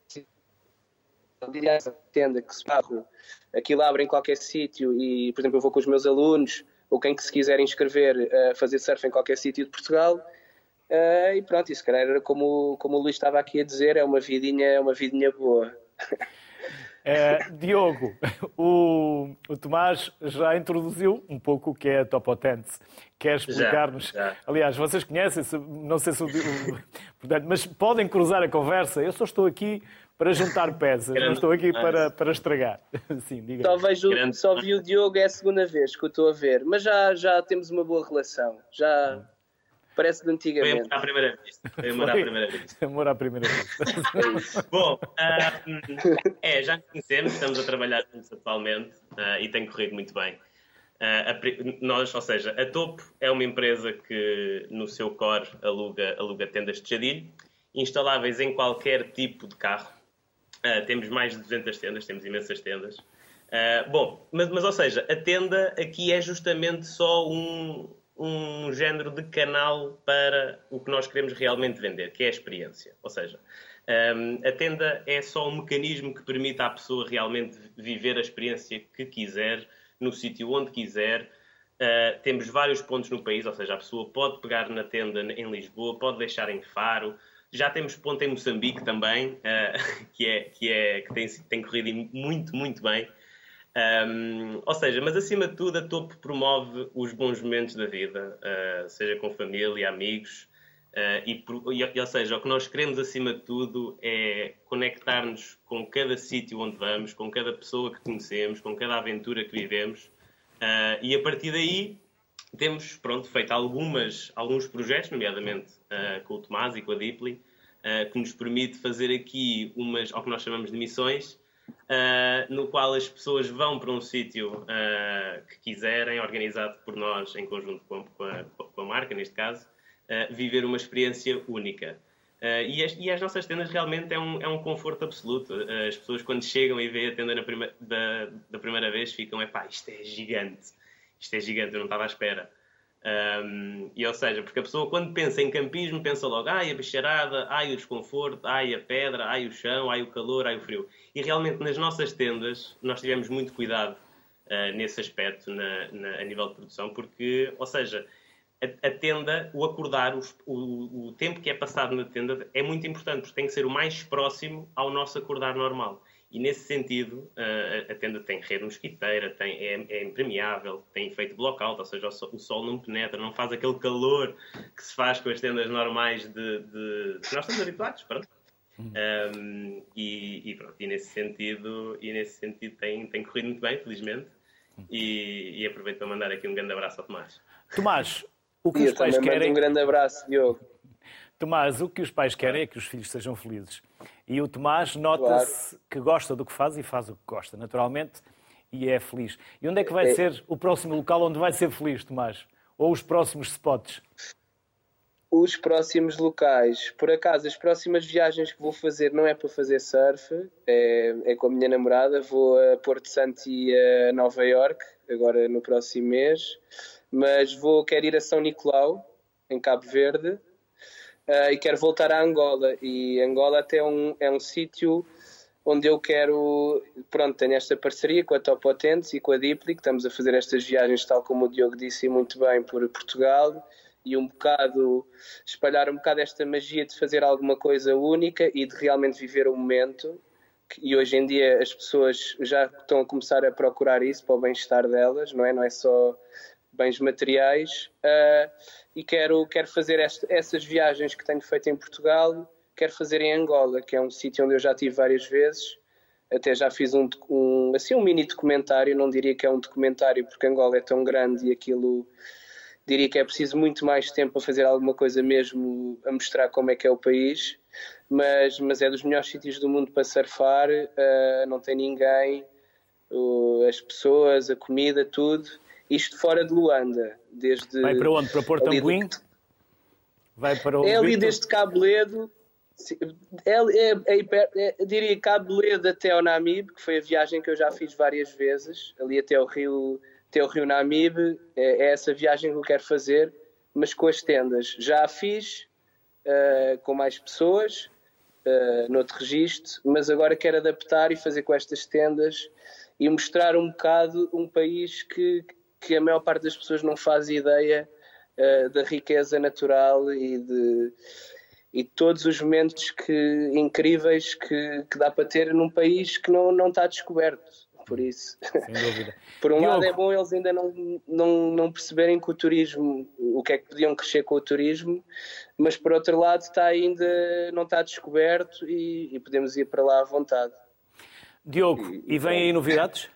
de tenda que se barro, aquilo abre em qualquer sítio e, por exemplo, eu vou com os meus alunos ou quem que se quiser inscrever a fazer surf em qualquer sítio de Portugal. Uh, e pronto, isso, calhar, era como, como o Luís estava aqui a dizer, é uma vidinha, é uma vidinha boa. Uh, Diogo, o, o Tomás já introduziu um pouco o que é a Topo Tents. Quer explicar-nos? Já, já. Aliás, vocês conhecem, não sei se o, o, portanto, mas podem cruzar a conversa. Eu só estou aqui para juntar peças, não estou aqui para, para estragar. Sim, diga. Só, vejo, só vi o Diogo, é a segunda vez que eu estou a ver, mas já, já temos uma boa relação. Já parece de antigamente. Foi amor à primeira vez. Foi amor à primeira vez. Amor à primeira vez. Bom, uh, é, já nos conhecemos, estamos a trabalhar juntos atualmente uh, e tem corrido muito bem. Uh, a, nós, ou seja, a Topo é uma empresa que no seu core aluga, aluga tendas de jadilho, instaláveis em qualquer tipo de carro. Uh, temos mais de duzentas tendas, temos imensas tendas. Uh, bom, mas, mas ou seja, a tenda aqui é justamente só um, um género de canal para o que nós queremos realmente vender, que é a experiência. Ou seja, um, a tenda é só um mecanismo que permite à pessoa realmente viver a experiência que quiser, no sítio onde quiser. Uh, temos vários pontos no país, ou seja, a pessoa pode pegar na tenda em Lisboa, pode deixar em Faro. Já temos ponto em Moçambique também, uh, que, é, que, é, que tem, tem corrido muito, muito bem. Um, ou seja, mas acima de tudo a Topo promove os bons momentos da vida, uh, seja com família, amigos, uh, e, e, ou seja, o que nós queremos acima de tudo é conectar-nos com cada sítio onde vamos, com cada pessoa que conhecemos, com cada aventura que vivemos, uh, e a partir daí temos, pronto, feito algumas, alguns projetos, nomeadamente uh, com o Tomás e com a Dipli, uh, que nos permite fazer aqui umas, ao que nós chamamos de missões, uh, no qual as pessoas vão para um sítio uh, que quiserem, organizado por nós, em conjunto com, com, a, com a marca, neste caso, uh, viver uma experiência única. Uh, e, as, e as nossas tendas realmente é um, é um conforto absoluto. Uh, as pessoas, quando chegam e veem a tenda na prima, da, da primeira vez, ficam, epá, isto é gigante. Isto é gigante, eu não estava à espera. Um, e ou seja, porque a pessoa quando pensa em campismo, pensa logo, ai a bicharada, ai o desconforto, ai a pedra, ai o chão, ai o calor, ai o frio. E realmente nas nossas tendas nós tivemos muito cuidado uh, nesse aspecto na, na, a nível de produção, porque, ou seja, a, a tenda, o acordar, os, o, o tempo que é passado na tenda é muito importante, porque tem que ser o mais próximo ao nosso acordar normal. E nesse sentido, a tenda tem rede mosquiteira, tem, é, é impermeável, tem efeito blockout, ou seja, o sol, o sol não penetra, não faz aquele calor que se faz com as tendas normais de, de, que nós estamos habituados. Pronto. Um, e, e, pronto, e nesse sentido, e nesse sentido tem, tem corrido muito bem, felizmente. E, e aproveito para mandar aqui um grande abraço ao Tomás. Tomás, o que e os pais querem... Um grande abraço, Diogo. Tomás, o que os pais querem é que os filhos sejam felizes. E o Tomás nota-se claro. que gosta do que faz e faz o que gosta, naturalmente, e é feliz. E onde é que vai é. ser o próximo local onde vai ser feliz, Tomás? Ou os próximos spots? Os próximos locais. Por acaso, as próximas viagens que vou fazer não é para fazer surf, é, é com a minha namorada. Vou a Porto Santo e a Nova Iorque, agora no próximo mês. Mas vou, quero ir a São Nicolau, em Cabo Verde. Uh, e quero voltar a Angola, e Angola até é um, é um sítio onde eu quero, pronto, tenho esta parceria com a Topo Tents e com a Dipli, que estamos a fazer estas viagens, tal como o Diogo disse muito bem, por Portugal, e um bocado, espalhar um bocado esta magia de fazer alguma coisa única e de realmente viver o momento, e hoje em dia as pessoas já estão a começar a procurar isso para o bem-estar delas, não é? Não é só bens materiais, uh, e quero, quero fazer esta, essas viagens que tenho feito em Portugal, quero fazer em Angola, que é um sítio onde eu já estive várias vezes, até já fiz um, um, assim, um mini documentário, não diria que é um documentário porque Angola é tão grande e aquilo, diria que é preciso muito mais tempo para fazer alguma coisa mesmo a mostrar como é que é o país, mas, mas é dos melhores sítios do mundo para surfar, uh, não tem ninguém, uh, as pessoas, a comida, tudo, isto fora de Luanda. Desde vai para onde? Para Porto Anguim? Do... Vai para o é ali Vito? desde Cabo Ledo. É, é, é, é, eu diria Cabo Ledo até ao Namibe, que foi a viagem que eu já fiz várias vezes, ali até o rio, até o rio Namibe, é, é essa viagem que eu quero fazer, mas com as tendas. Já a fiz uh, com mais pessoas, uh, noutro registro, mas agora quero adaptar e fazer com estas tendas e mostrar um bocado um país que, que a maior parte das pessoas não faz ideia uh, da riqueza natural e de... e todos os momentos que, incríveis que, que dá para ter num país que não, não está descoberto. Por isso, sem dúvida. Por um Diogo. lado é bom eles ainda não, não, não perceberem que o turismo, o que é que podiam crescer com o turismo, mas por outro lado está ainda, não está descoberto e, e podemos ir para lá à vontade. Diogo, e, e vêm aí novidades?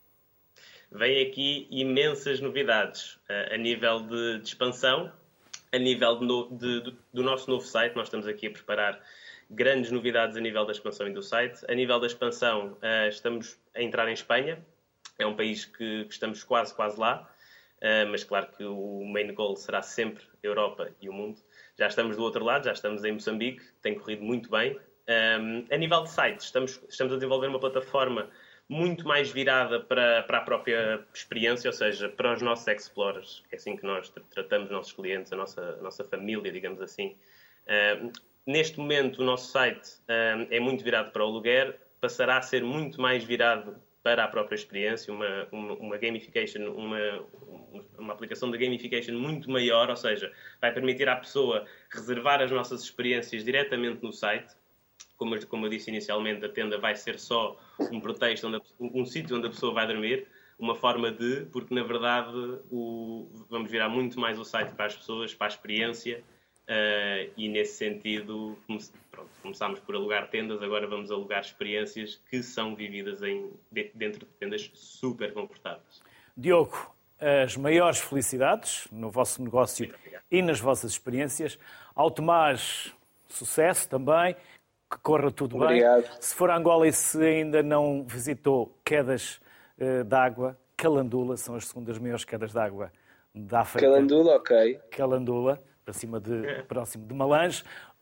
Vêm aqui imensas novidades uh, a nível de, de expansão. A nível de no, de, de, do nosso novo site, nós estamos aqui a preparar grandes novidades a nível da expansão e do site. A nível da expansão, uh, estamos a entrar em Espanha. É um país que, que estamos quase, quase lá. Uh, mas claro que o main goal será sempre a Europa e o mundo. Já estamos do outro lado, já estamos em Moçambique. Tem corrido muito bem. Um, a nível de site, estamos, estamos a desenvolver uma plataforma muito mais virada para, para a própria experiência, ou seja, para os nossos explorers. É assim que nós tratamos os nossos clientes, a nossa, a nossa família, digamos assim. Uh, neste momento, o nosso site uh, é muito virado para o aluguer, passará a ser muito mais virado para a própria experiência, uma, uma, uma gamification, uma, uma aplicação de gamification muito maior, ou seja, vai permitir à pessoa reservar as nossas experiências diretamente no site. Como, como eu disse inicialmente, a tenda vai ser só um pretexto, onde a, um sítio onde a pessoa vai dormir, uma forma de, porque na verdade o, vamos virar muito mais o site para as pessoas, para a experiência, uh, e nesse sentido come, pronto, começámos por alugar tendas, agora vamos alugar experiências que são vividas em, dentro de tendas super confortáveis. Diogo, as maiores felicidades no vosso negócio e nas vossas experiências. Ao Tomás, sucesso também. Que corra tudo Obrigado. Bem. Se for a Angola e se ainda não visitou quedas uh, de água, Calandula, são as segundas maiores quedas de água da África. Calandula, ok. Calandula, para cima de, é. próximo de Malange.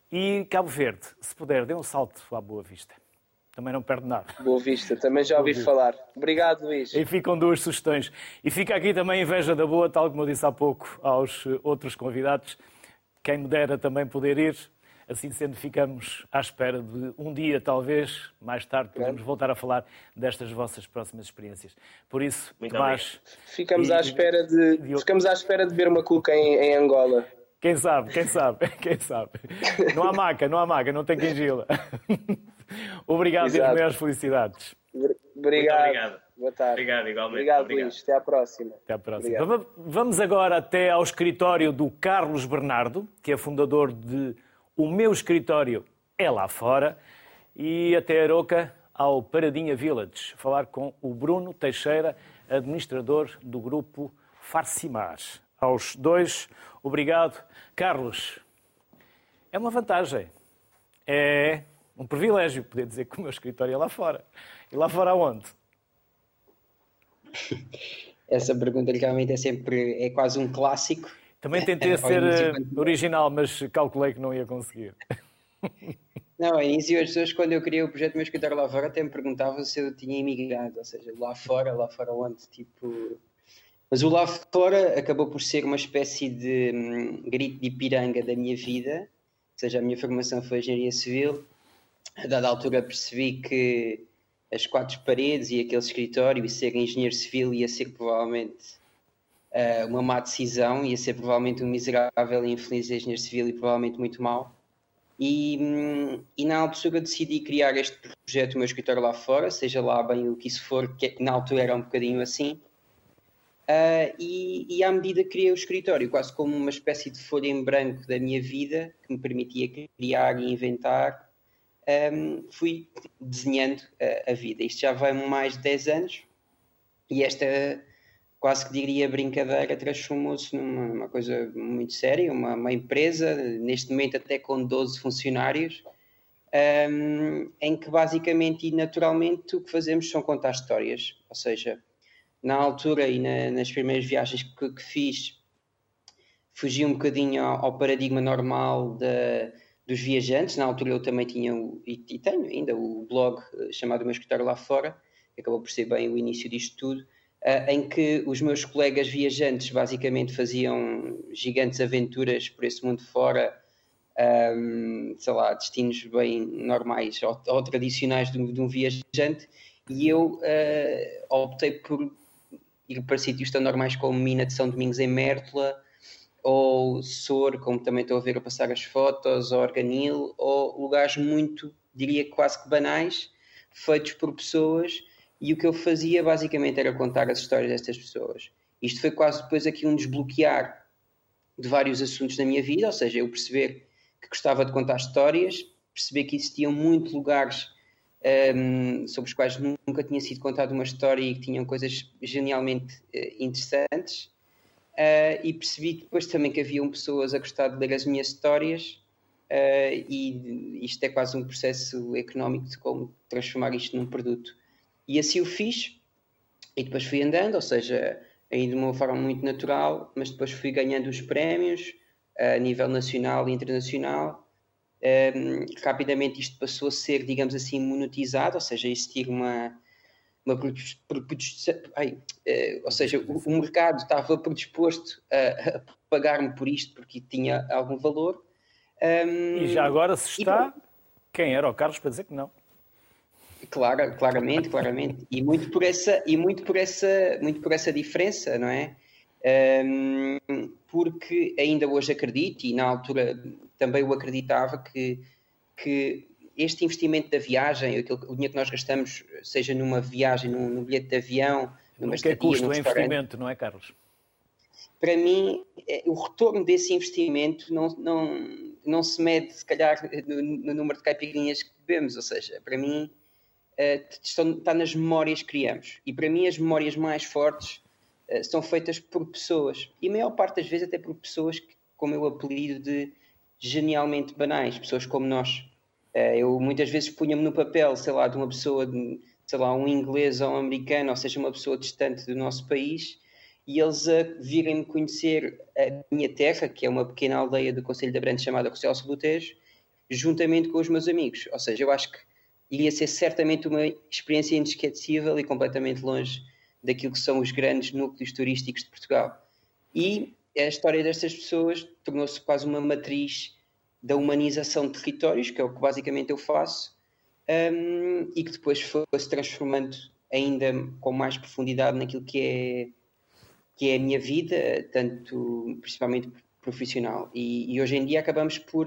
E Cabo Verde, se puder, dê um salto à Boa Vista. Também não perde nada. Boa Vista, também já ouvi falar. Obrigado, Luís. E ficam duas sugestões. E fica aqui também a inveja da boa, tal como eu disse há pouco aos outros convidados. Quem me dera também poder ir. Assim sendo, ficamos à espera de um dia, talvez, mais tarde, podemos voltar a falar destas vossas próximas experiências. Por isso, muito Tomás... Ficamos, e... à espera de, de... ficamos à espera de ver uma cuca em, em Angola. Quem sabe, quem sabe, quem sabe. Não há maca, não há maca, não tem quem gila. Obrigado e as maiores felicidades. Obrigado. Muito obrigado. Boa tarde. Obrigado, igualmente. Obrigado, obrigado. Luís. Até à próxima. Até à próxima. Obrigado. Vamos agora até ao escritório do Carlos Bernardo, que é fundador de O Meu Escritório é Lá Fora, e até Aroca, ao Paradinha Village, falar com o Bruno Teixeira, administrador do grupo Farcimar. Aos dois, obrigado. Carlos, é uma vantagem, é um privilégio poder dizer que o meu escritório é lá fora. E lá fora aonde? Essa pergunta realmente é sempre, é quase um clássico. Também tentei ser original, mas calculei que não ia conseguir. Não, ao início as pessoas, quando eu criei o projeto do meu escritório lá fora, até me perguntavam se eu tinha imigrado, ou seja, lá fora, lá fora onde, tipo... Mas o lá fora acabou por ser uma espécie de hum, grito de Ipiranga da minha vida, ou seja, a minha formação foi engenharia civil. A dada altura percebi que as quatro paredes e aquele escritório e ser engenheiro civil ia ser provavelmente uh, uma má decisão, ia ser provavelmente um miserável e infeliz engenheiro civil e provavelmente muito mau. E, hum, e na altura decidi criar este projeto, o meu escritório lá fora, seja lá bem o que isso for, que na altura era um bocadinho assim. Uh, e, e à medida que criei o escritório, quase como uma espécie de folha em branco da minha vida, que me permitia criar e inventar, um, fui desenhando a, a vida. Isto já vai mais de dez anos e esta, quase que diria brincadeira, transformou-se numa, numa coisa muito séria, uma, uma empresa, neste momento até com doze funcionários, um, em que basicamente e naturalmente o que fazemos são contar histórias. Ou seja, na altura e na, nas primeiras viagens que, que fiz, fugi um bocadinho ao, ao paradigma normal da, dos viajantes. Na altura eu também tinha, o, e, e tenho ainda, o blog chamado O Meu Escritório Lá Fora, que acabou por ser bem o início disto tudo, uh, em que os meus colegas viajantes basicamente faziam gigantes aventuras por esse mundo fora, um, sei lá, destinos bem normais ou, ou tradicionais de um, de um viajante, e eu uh, optei por ir para sítios tão normais como Mina de São Domingos em Mértola, ou Sor, como também estou a ver a passar as fotos, ou Arganil, ou lugares muito, diria quase que banais, feitos por pessoas, e o que eu fazia basicamente era contar as histórias destas pessoas. Isto foi quase depois aqui um desbloquear de vários assuntos da minha vida, ou seja, eu perceber que gostava de contar histórias, perceber que existiam muitos lugares Um, sobre os quais nunca tinha sido contada uma história e que tinham coisas genialmente uh, interessantes, uh, e percebi depois também que haviam pessoas a gostar de ler as minhas histórias, uh, e isto é quase um processo económico de como transformar isto num produto. E assim o fiz, e depois fui andando, ou seja, aí de uma forma muito natural, mas depois fui ganhando os prémios uh, a nível nacional e internacional. Um, rapidamente isto passou a ser, digamos assim, monetizado, ou seja, existir uma, uma ai, uh, ou seja, o, o mercado estava predisposto a, a pagar-me por isto porque tinha algum valor. Um, e já agora se está, e, quem era o Carlos para dizer que não? Claro, claramente, claramente, e muito por essa, e muito por essa, muito por essa diferença, não é? Um, porque ainda hoje acredito, e na altura também o acreditava, que, que este investimento da viagem, aquilo, o dinheiro que nós gastamos, seja numa viagem, num, num bilhete de avião, numa estadia, que é custo num o investimento, não é, Carlos? Para mim, o retorno desse investimento não, não, não se mede, se calhar, no, no número de caipirinhas que bebemos, ou seja, para mim está nas memórias que criamos, e para mim as memórias mais fortes são feitas por pessoas, e a maior parte das vezes até por pessoas que, como eu apelido de genialmente banais, pessoas como nós. Eu muitas vezes punha-me no papel, sei lá, de uma pessoa, de, sei lá, um inglês ou um americano, ou seja, uma pessoa distante do nosso país, e eles a virem-me conhecer a minha terra, que é uma pequena aldeia do Concelho de Abrantes chamada Cocelso do Tejo, juntamente com os meus amigos. Ou seja, eu acho que iria ser certamente uma experiência inesquecível e completamente longe daquilo que são os grandes núcleos turísticos de Portugal. E a história destas pessoas tornou-se quase uma matriz da humanização de territórios, que é o que basicamente eu faço, um, e que depois foi-se transformando ainda com mais profundidade naquilo que é, que é a minha vida, tanto principalmente profissional. E, e hoje em dia acabamos por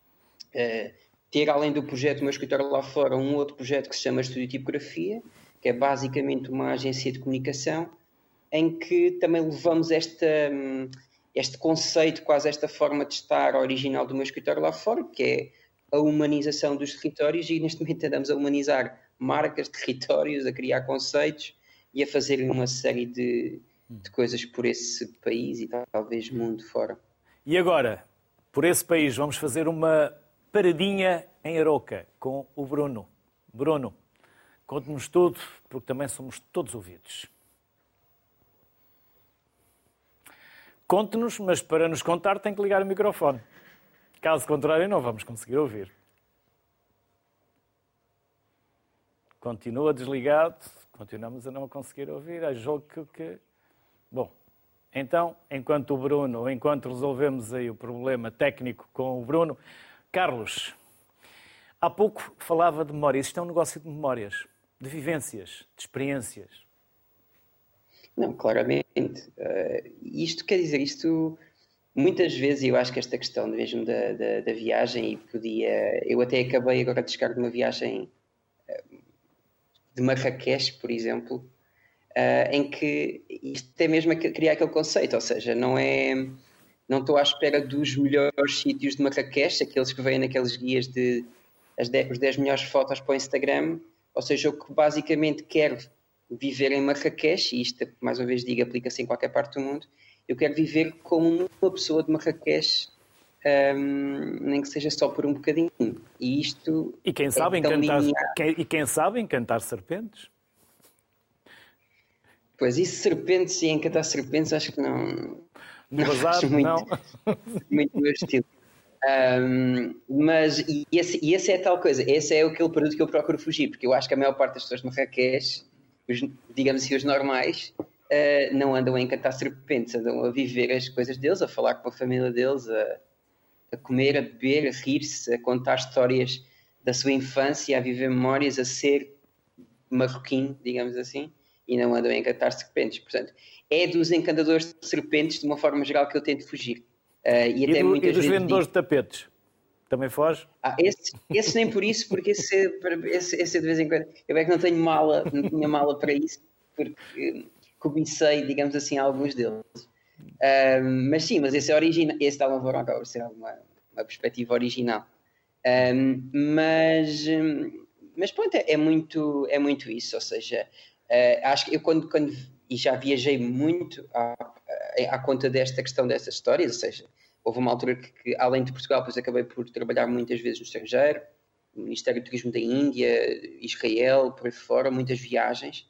uh, ter, além do projeto do meu escritório lá fora, um outro projeto que se chama Estúdio Tipografia, que é basicamente uma agência de comunicação, em que também levamos esta, este conceito, quase esta forma de estar original do meu escritório lá fora, que é a humanização dos territórios, e neste momento andamos a humanizar marcas, territórios, a criar conceitos e a fazer uma série de, de coisas por esse país e talvez mundo fora. E agora, por esse país, vamos fazer uma paradinha em Aroca com o Bruno. Bruno, conte-nos tudo, porque também somos todos ouvidos. Conte-nos, mas para nos contar tem que ligar o microfone. Caso contrário, não vamos conseguir ouvir. Continua desligado, continuamos a não conseguir ouvir. É jogo que... que... Bom, então, enquanto o Bruno, enquanto resolvemos aí o problema técnico com o Bruno, Carlos, há pouco falava de memórias. Isto é um negócio de memórias, de vivências, de experiências. Não, claramente. Uh, isto quer dizer, isto muitas vezes, eu acho que esta questão mesmo da, da, da viagem, e podia, eu até acabei agora de chegar de uma viagem uh, de Marrakech, por exemplo, uh, em que isto é mesmo criar aquele conceito, ou seja, não é, não estou à espera dos melhores sítios de Marrakech, aqueles que vêm naqueles guias de as dez, os dez melhores fotos para o Instagram, ou seja, eu que basicamente quero viver em Marrakech, e isto, mais uma vez digo, aplica-se em qualquer parte do mundo, eu quero viver como uma pessoa de Marrakech, um, nem que seja só por um bocadinho. E isto e quem é sabe tão encantar, linear. quem, e quem sabe encantar serpentes? Pois, e serpentes e encantar serpentes, acho que não... No não bazar, acho muito, não? muito meu estilo. Um, mas, e esse, e esse é a tal coisa, esse é aquele produto que eu procuro fugir, porque eu acho que a maior parte das pessoas de Marrakech, os, digamos assim, os normais, uh, não andam a encantar serpentes, andam a viver as coisas deles, a falar com a família deles, a, a comer, a beber, a rir-se, a contar histórias da sua infância, a viver memórias, a ser marroquino, digamos assim, e não andam a encantar serpentes. Portanto, é dos encantadores de serpentes, de uma forma geral, que eu tento fugir. Uh, e, e, até do, muitas e dos vezes vendedores digo, de tapetes? Também foge? Ah, esse, esse nem por isso, porque esse, esse, esse é de vez em quando. Eu é que não tenho mala, não tinha mala para isso, porque cobicei, digamos assim, alguns deles. Uh, mas sim, mas esse é original, esse dá uma acaba por ser uma, uma perspectiva original. Um, mas, mas pronto, é muito, é muito isso, ou seja, uh, acho que eu quando, quando e já viajei muito à, à conta desta questão dessas histórias, ou seja, houve uma altura que, que além de Portugal, depois acabei por trabalhar muitas vezes no estrangeiro, no Ministério do Turismo da Índia, Israel, por aí fora, muitas viagens,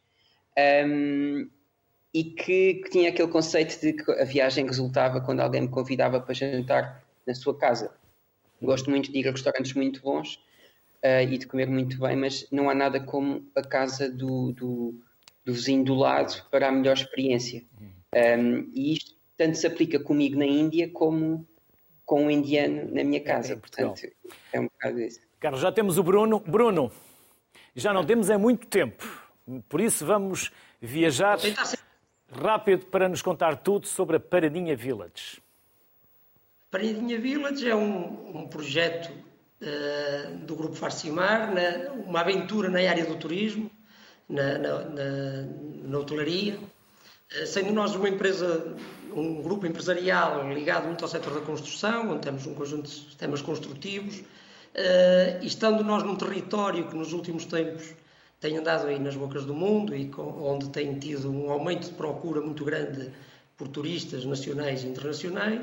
um, e que, que tinha aquele conceito de que a viagem resultava quando alguém me convidava para jantar na sua casa. Gosto muito de ir a restaurantes muito bons uh, e de comer muito bem, mas não há nada como a casa do, do, do vizinho do lado para a melhor experiência. Um, e isto tanto se aplica comigo na Índia como com um indiano na minha casa. É, portanto, é um bocado isso. Carlos, já temos o Bruno. Bruno, já não temos é muito tempo, por isso vamos viajar rápido para nos contar tudo sobre a Paradinha Village. Paradinha Village é um, um projeto uh, do Grupo Farcimar, na, uma aventura na área do turismo, na, na, na, na hotelaria, uh, sendo nós uma empresa, um grupo empresarial ligado muito ao setor da construção, onde temos um conjunto de sistemas construtivos, uh, e estando nós num território que nos últimos tempos tem andado aí nas bocas do mundo e com, onde tem tido um aumento de procura muito grande por turistas nacionais e internacionais,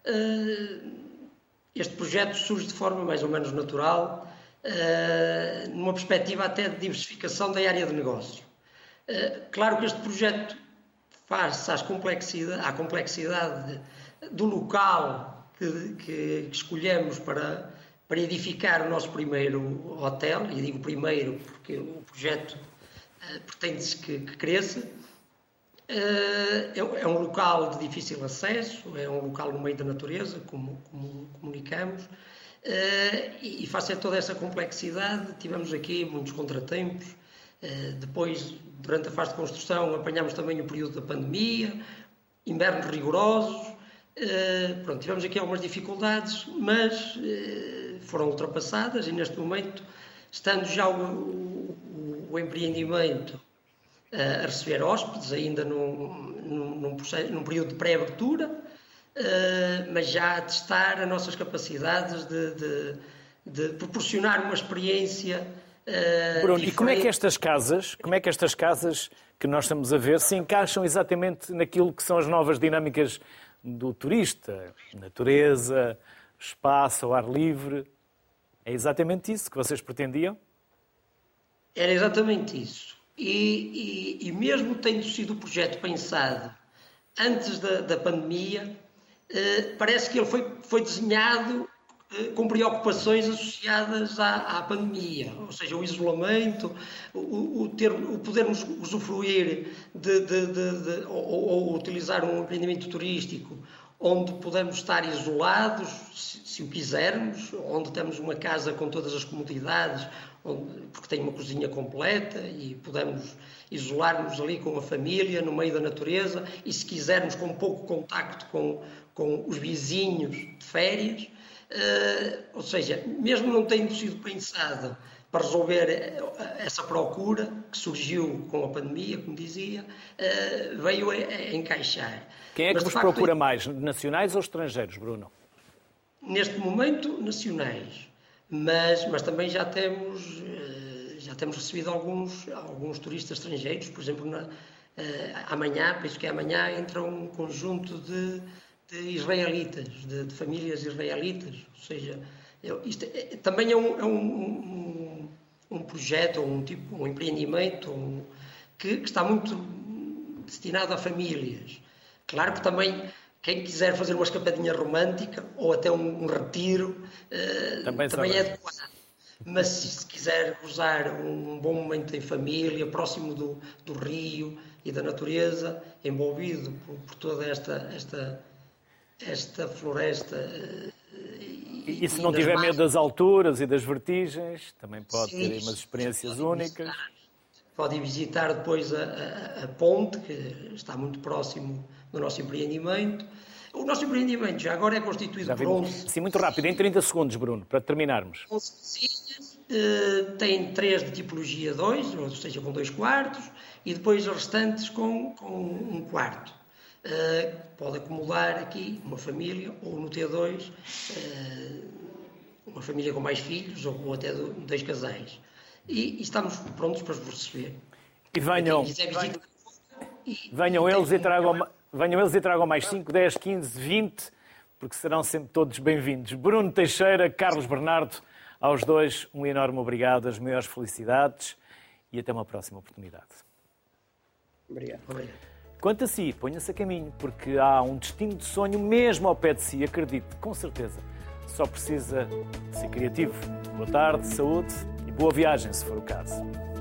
este projeto surge de forma mais ou menos natural, numa perspectiva até de diversificação da área de negócio. Claro que este projeto faz-se às complexidade, à complexidade do local que, que, que escolhemos para, para edificar o nosso primeiro hotel, e digo primeiro porque o projeto pretende-se que, que cresça. É um local de difícil acesso, é um local no meio da natureza, como, como comunicamos, e face a toda essa complexidade tivemos aqui muitos contratempos. Depois, durante a fase de construção, apanhámos também o período da pandemia, invernos rigorosos, pronto, tivemos aqui algumas dificuldades, mas foram ultrapassadas e neste momento, estando já o, o, o empreendimento a receber hóspedes, ainda num, num, processo, num período de pré-abertura, uh, mas já a testar as nossas capacidades de, de, de proporcionar uma experiência uh, Bruno, diferente. E como é que estas casas, como é que estas casas que nós estamos a ver se encaixam exatamente naquilo que são as novas dinâmicas do turista? Natureza, espaço, ao ar livre. É exatamente isso que vocês pretendiam? Era exatamente isso. E, e, e mesmo tendo sido o projeto pensado antes da, da pandemia, eh, parece que ele foi, foi desenhado eh, com preocupações associadas à, à pandemia, ou seja, o isolamento, o, o, ter, o podermos usufruir de, de, de, de, ou, ou utilizar um empreendimento turístico onde podemos estar isolados, se, se o quisermos, onde temos uma casa com todas as comodidades, onde, porque tem uma cozinha completa e podemos isolar-nos ali com a família, no meio da natureza, e se quisermos com pouco contacto com, com os vizinhos de férias, uh, ou seja, mesmo não tendo sido pensado para resolver essa procura que surgiu com a pandemia, como dizia, uh, veio a, a encaixar. Quem é que Mas, vos facto, procura mais, nacionais ou estrangeiros, Bruno? Neste momento, nacionais. mas, mas também já temos, já temos recebido alguns, alguns turistas estrangeiros, por exemplo, na, amanhã, penso que é amanhã, entra um conjunto de, de israelitas, de, de famílias israelitas, ou seja, isto é, também é um, é um, um, um projeto, um, tipo, um empreendimento um, que, que está muito destinado a famílias. Claro que também quem quiser fazer uma escapadinha romântica ou até um, um retiro uh, também, também é adequado. Mas se, se quiser gozar um bom momento em família, próximo do, do rio e da natureza, envolvido por, por toda esta, esta, esta floresta. Uh, e, e se não tiver medo das alturas e das vertigens, também pode sim, ter umas experiências únicas. Pode ir visitar depois a, a, a ponte, que está muito próximo do nosso empreendimento. O nosso empreendimento já agora é constituído por onze... Sim, muito rápido, em trinta segundos, Bruno, para terminarmos. onze cozinhas, uh, tem três de tipologia dois, ou seja, com dois quartos, e depois as restantes com, com um quarto. Uh, pode acumular aqui uma família, ou no T dois, uh, uma família com mais filhos, ou, ou até dois casais. E, e estamos prontos para vos receber. E venham, venham, venham, eles e tragam, venham eles e tragam mais cinco, dez, quinze, vinte, porque serão sempre todos bem-vindos. Bruno Teixeira, Carlos Bernardo, aos dois um enorme obrigado, as maiores felicidades e até uma próxima oportunidade. Obrigado. Obrigado. Quanto a si, ponha-se a caminho, porque há um destino de sonho mesmo ao pé de si, acredite, com certeza. Só precisa de ser criativo. Boa tarde, saúde e boa viagem, se for o caso.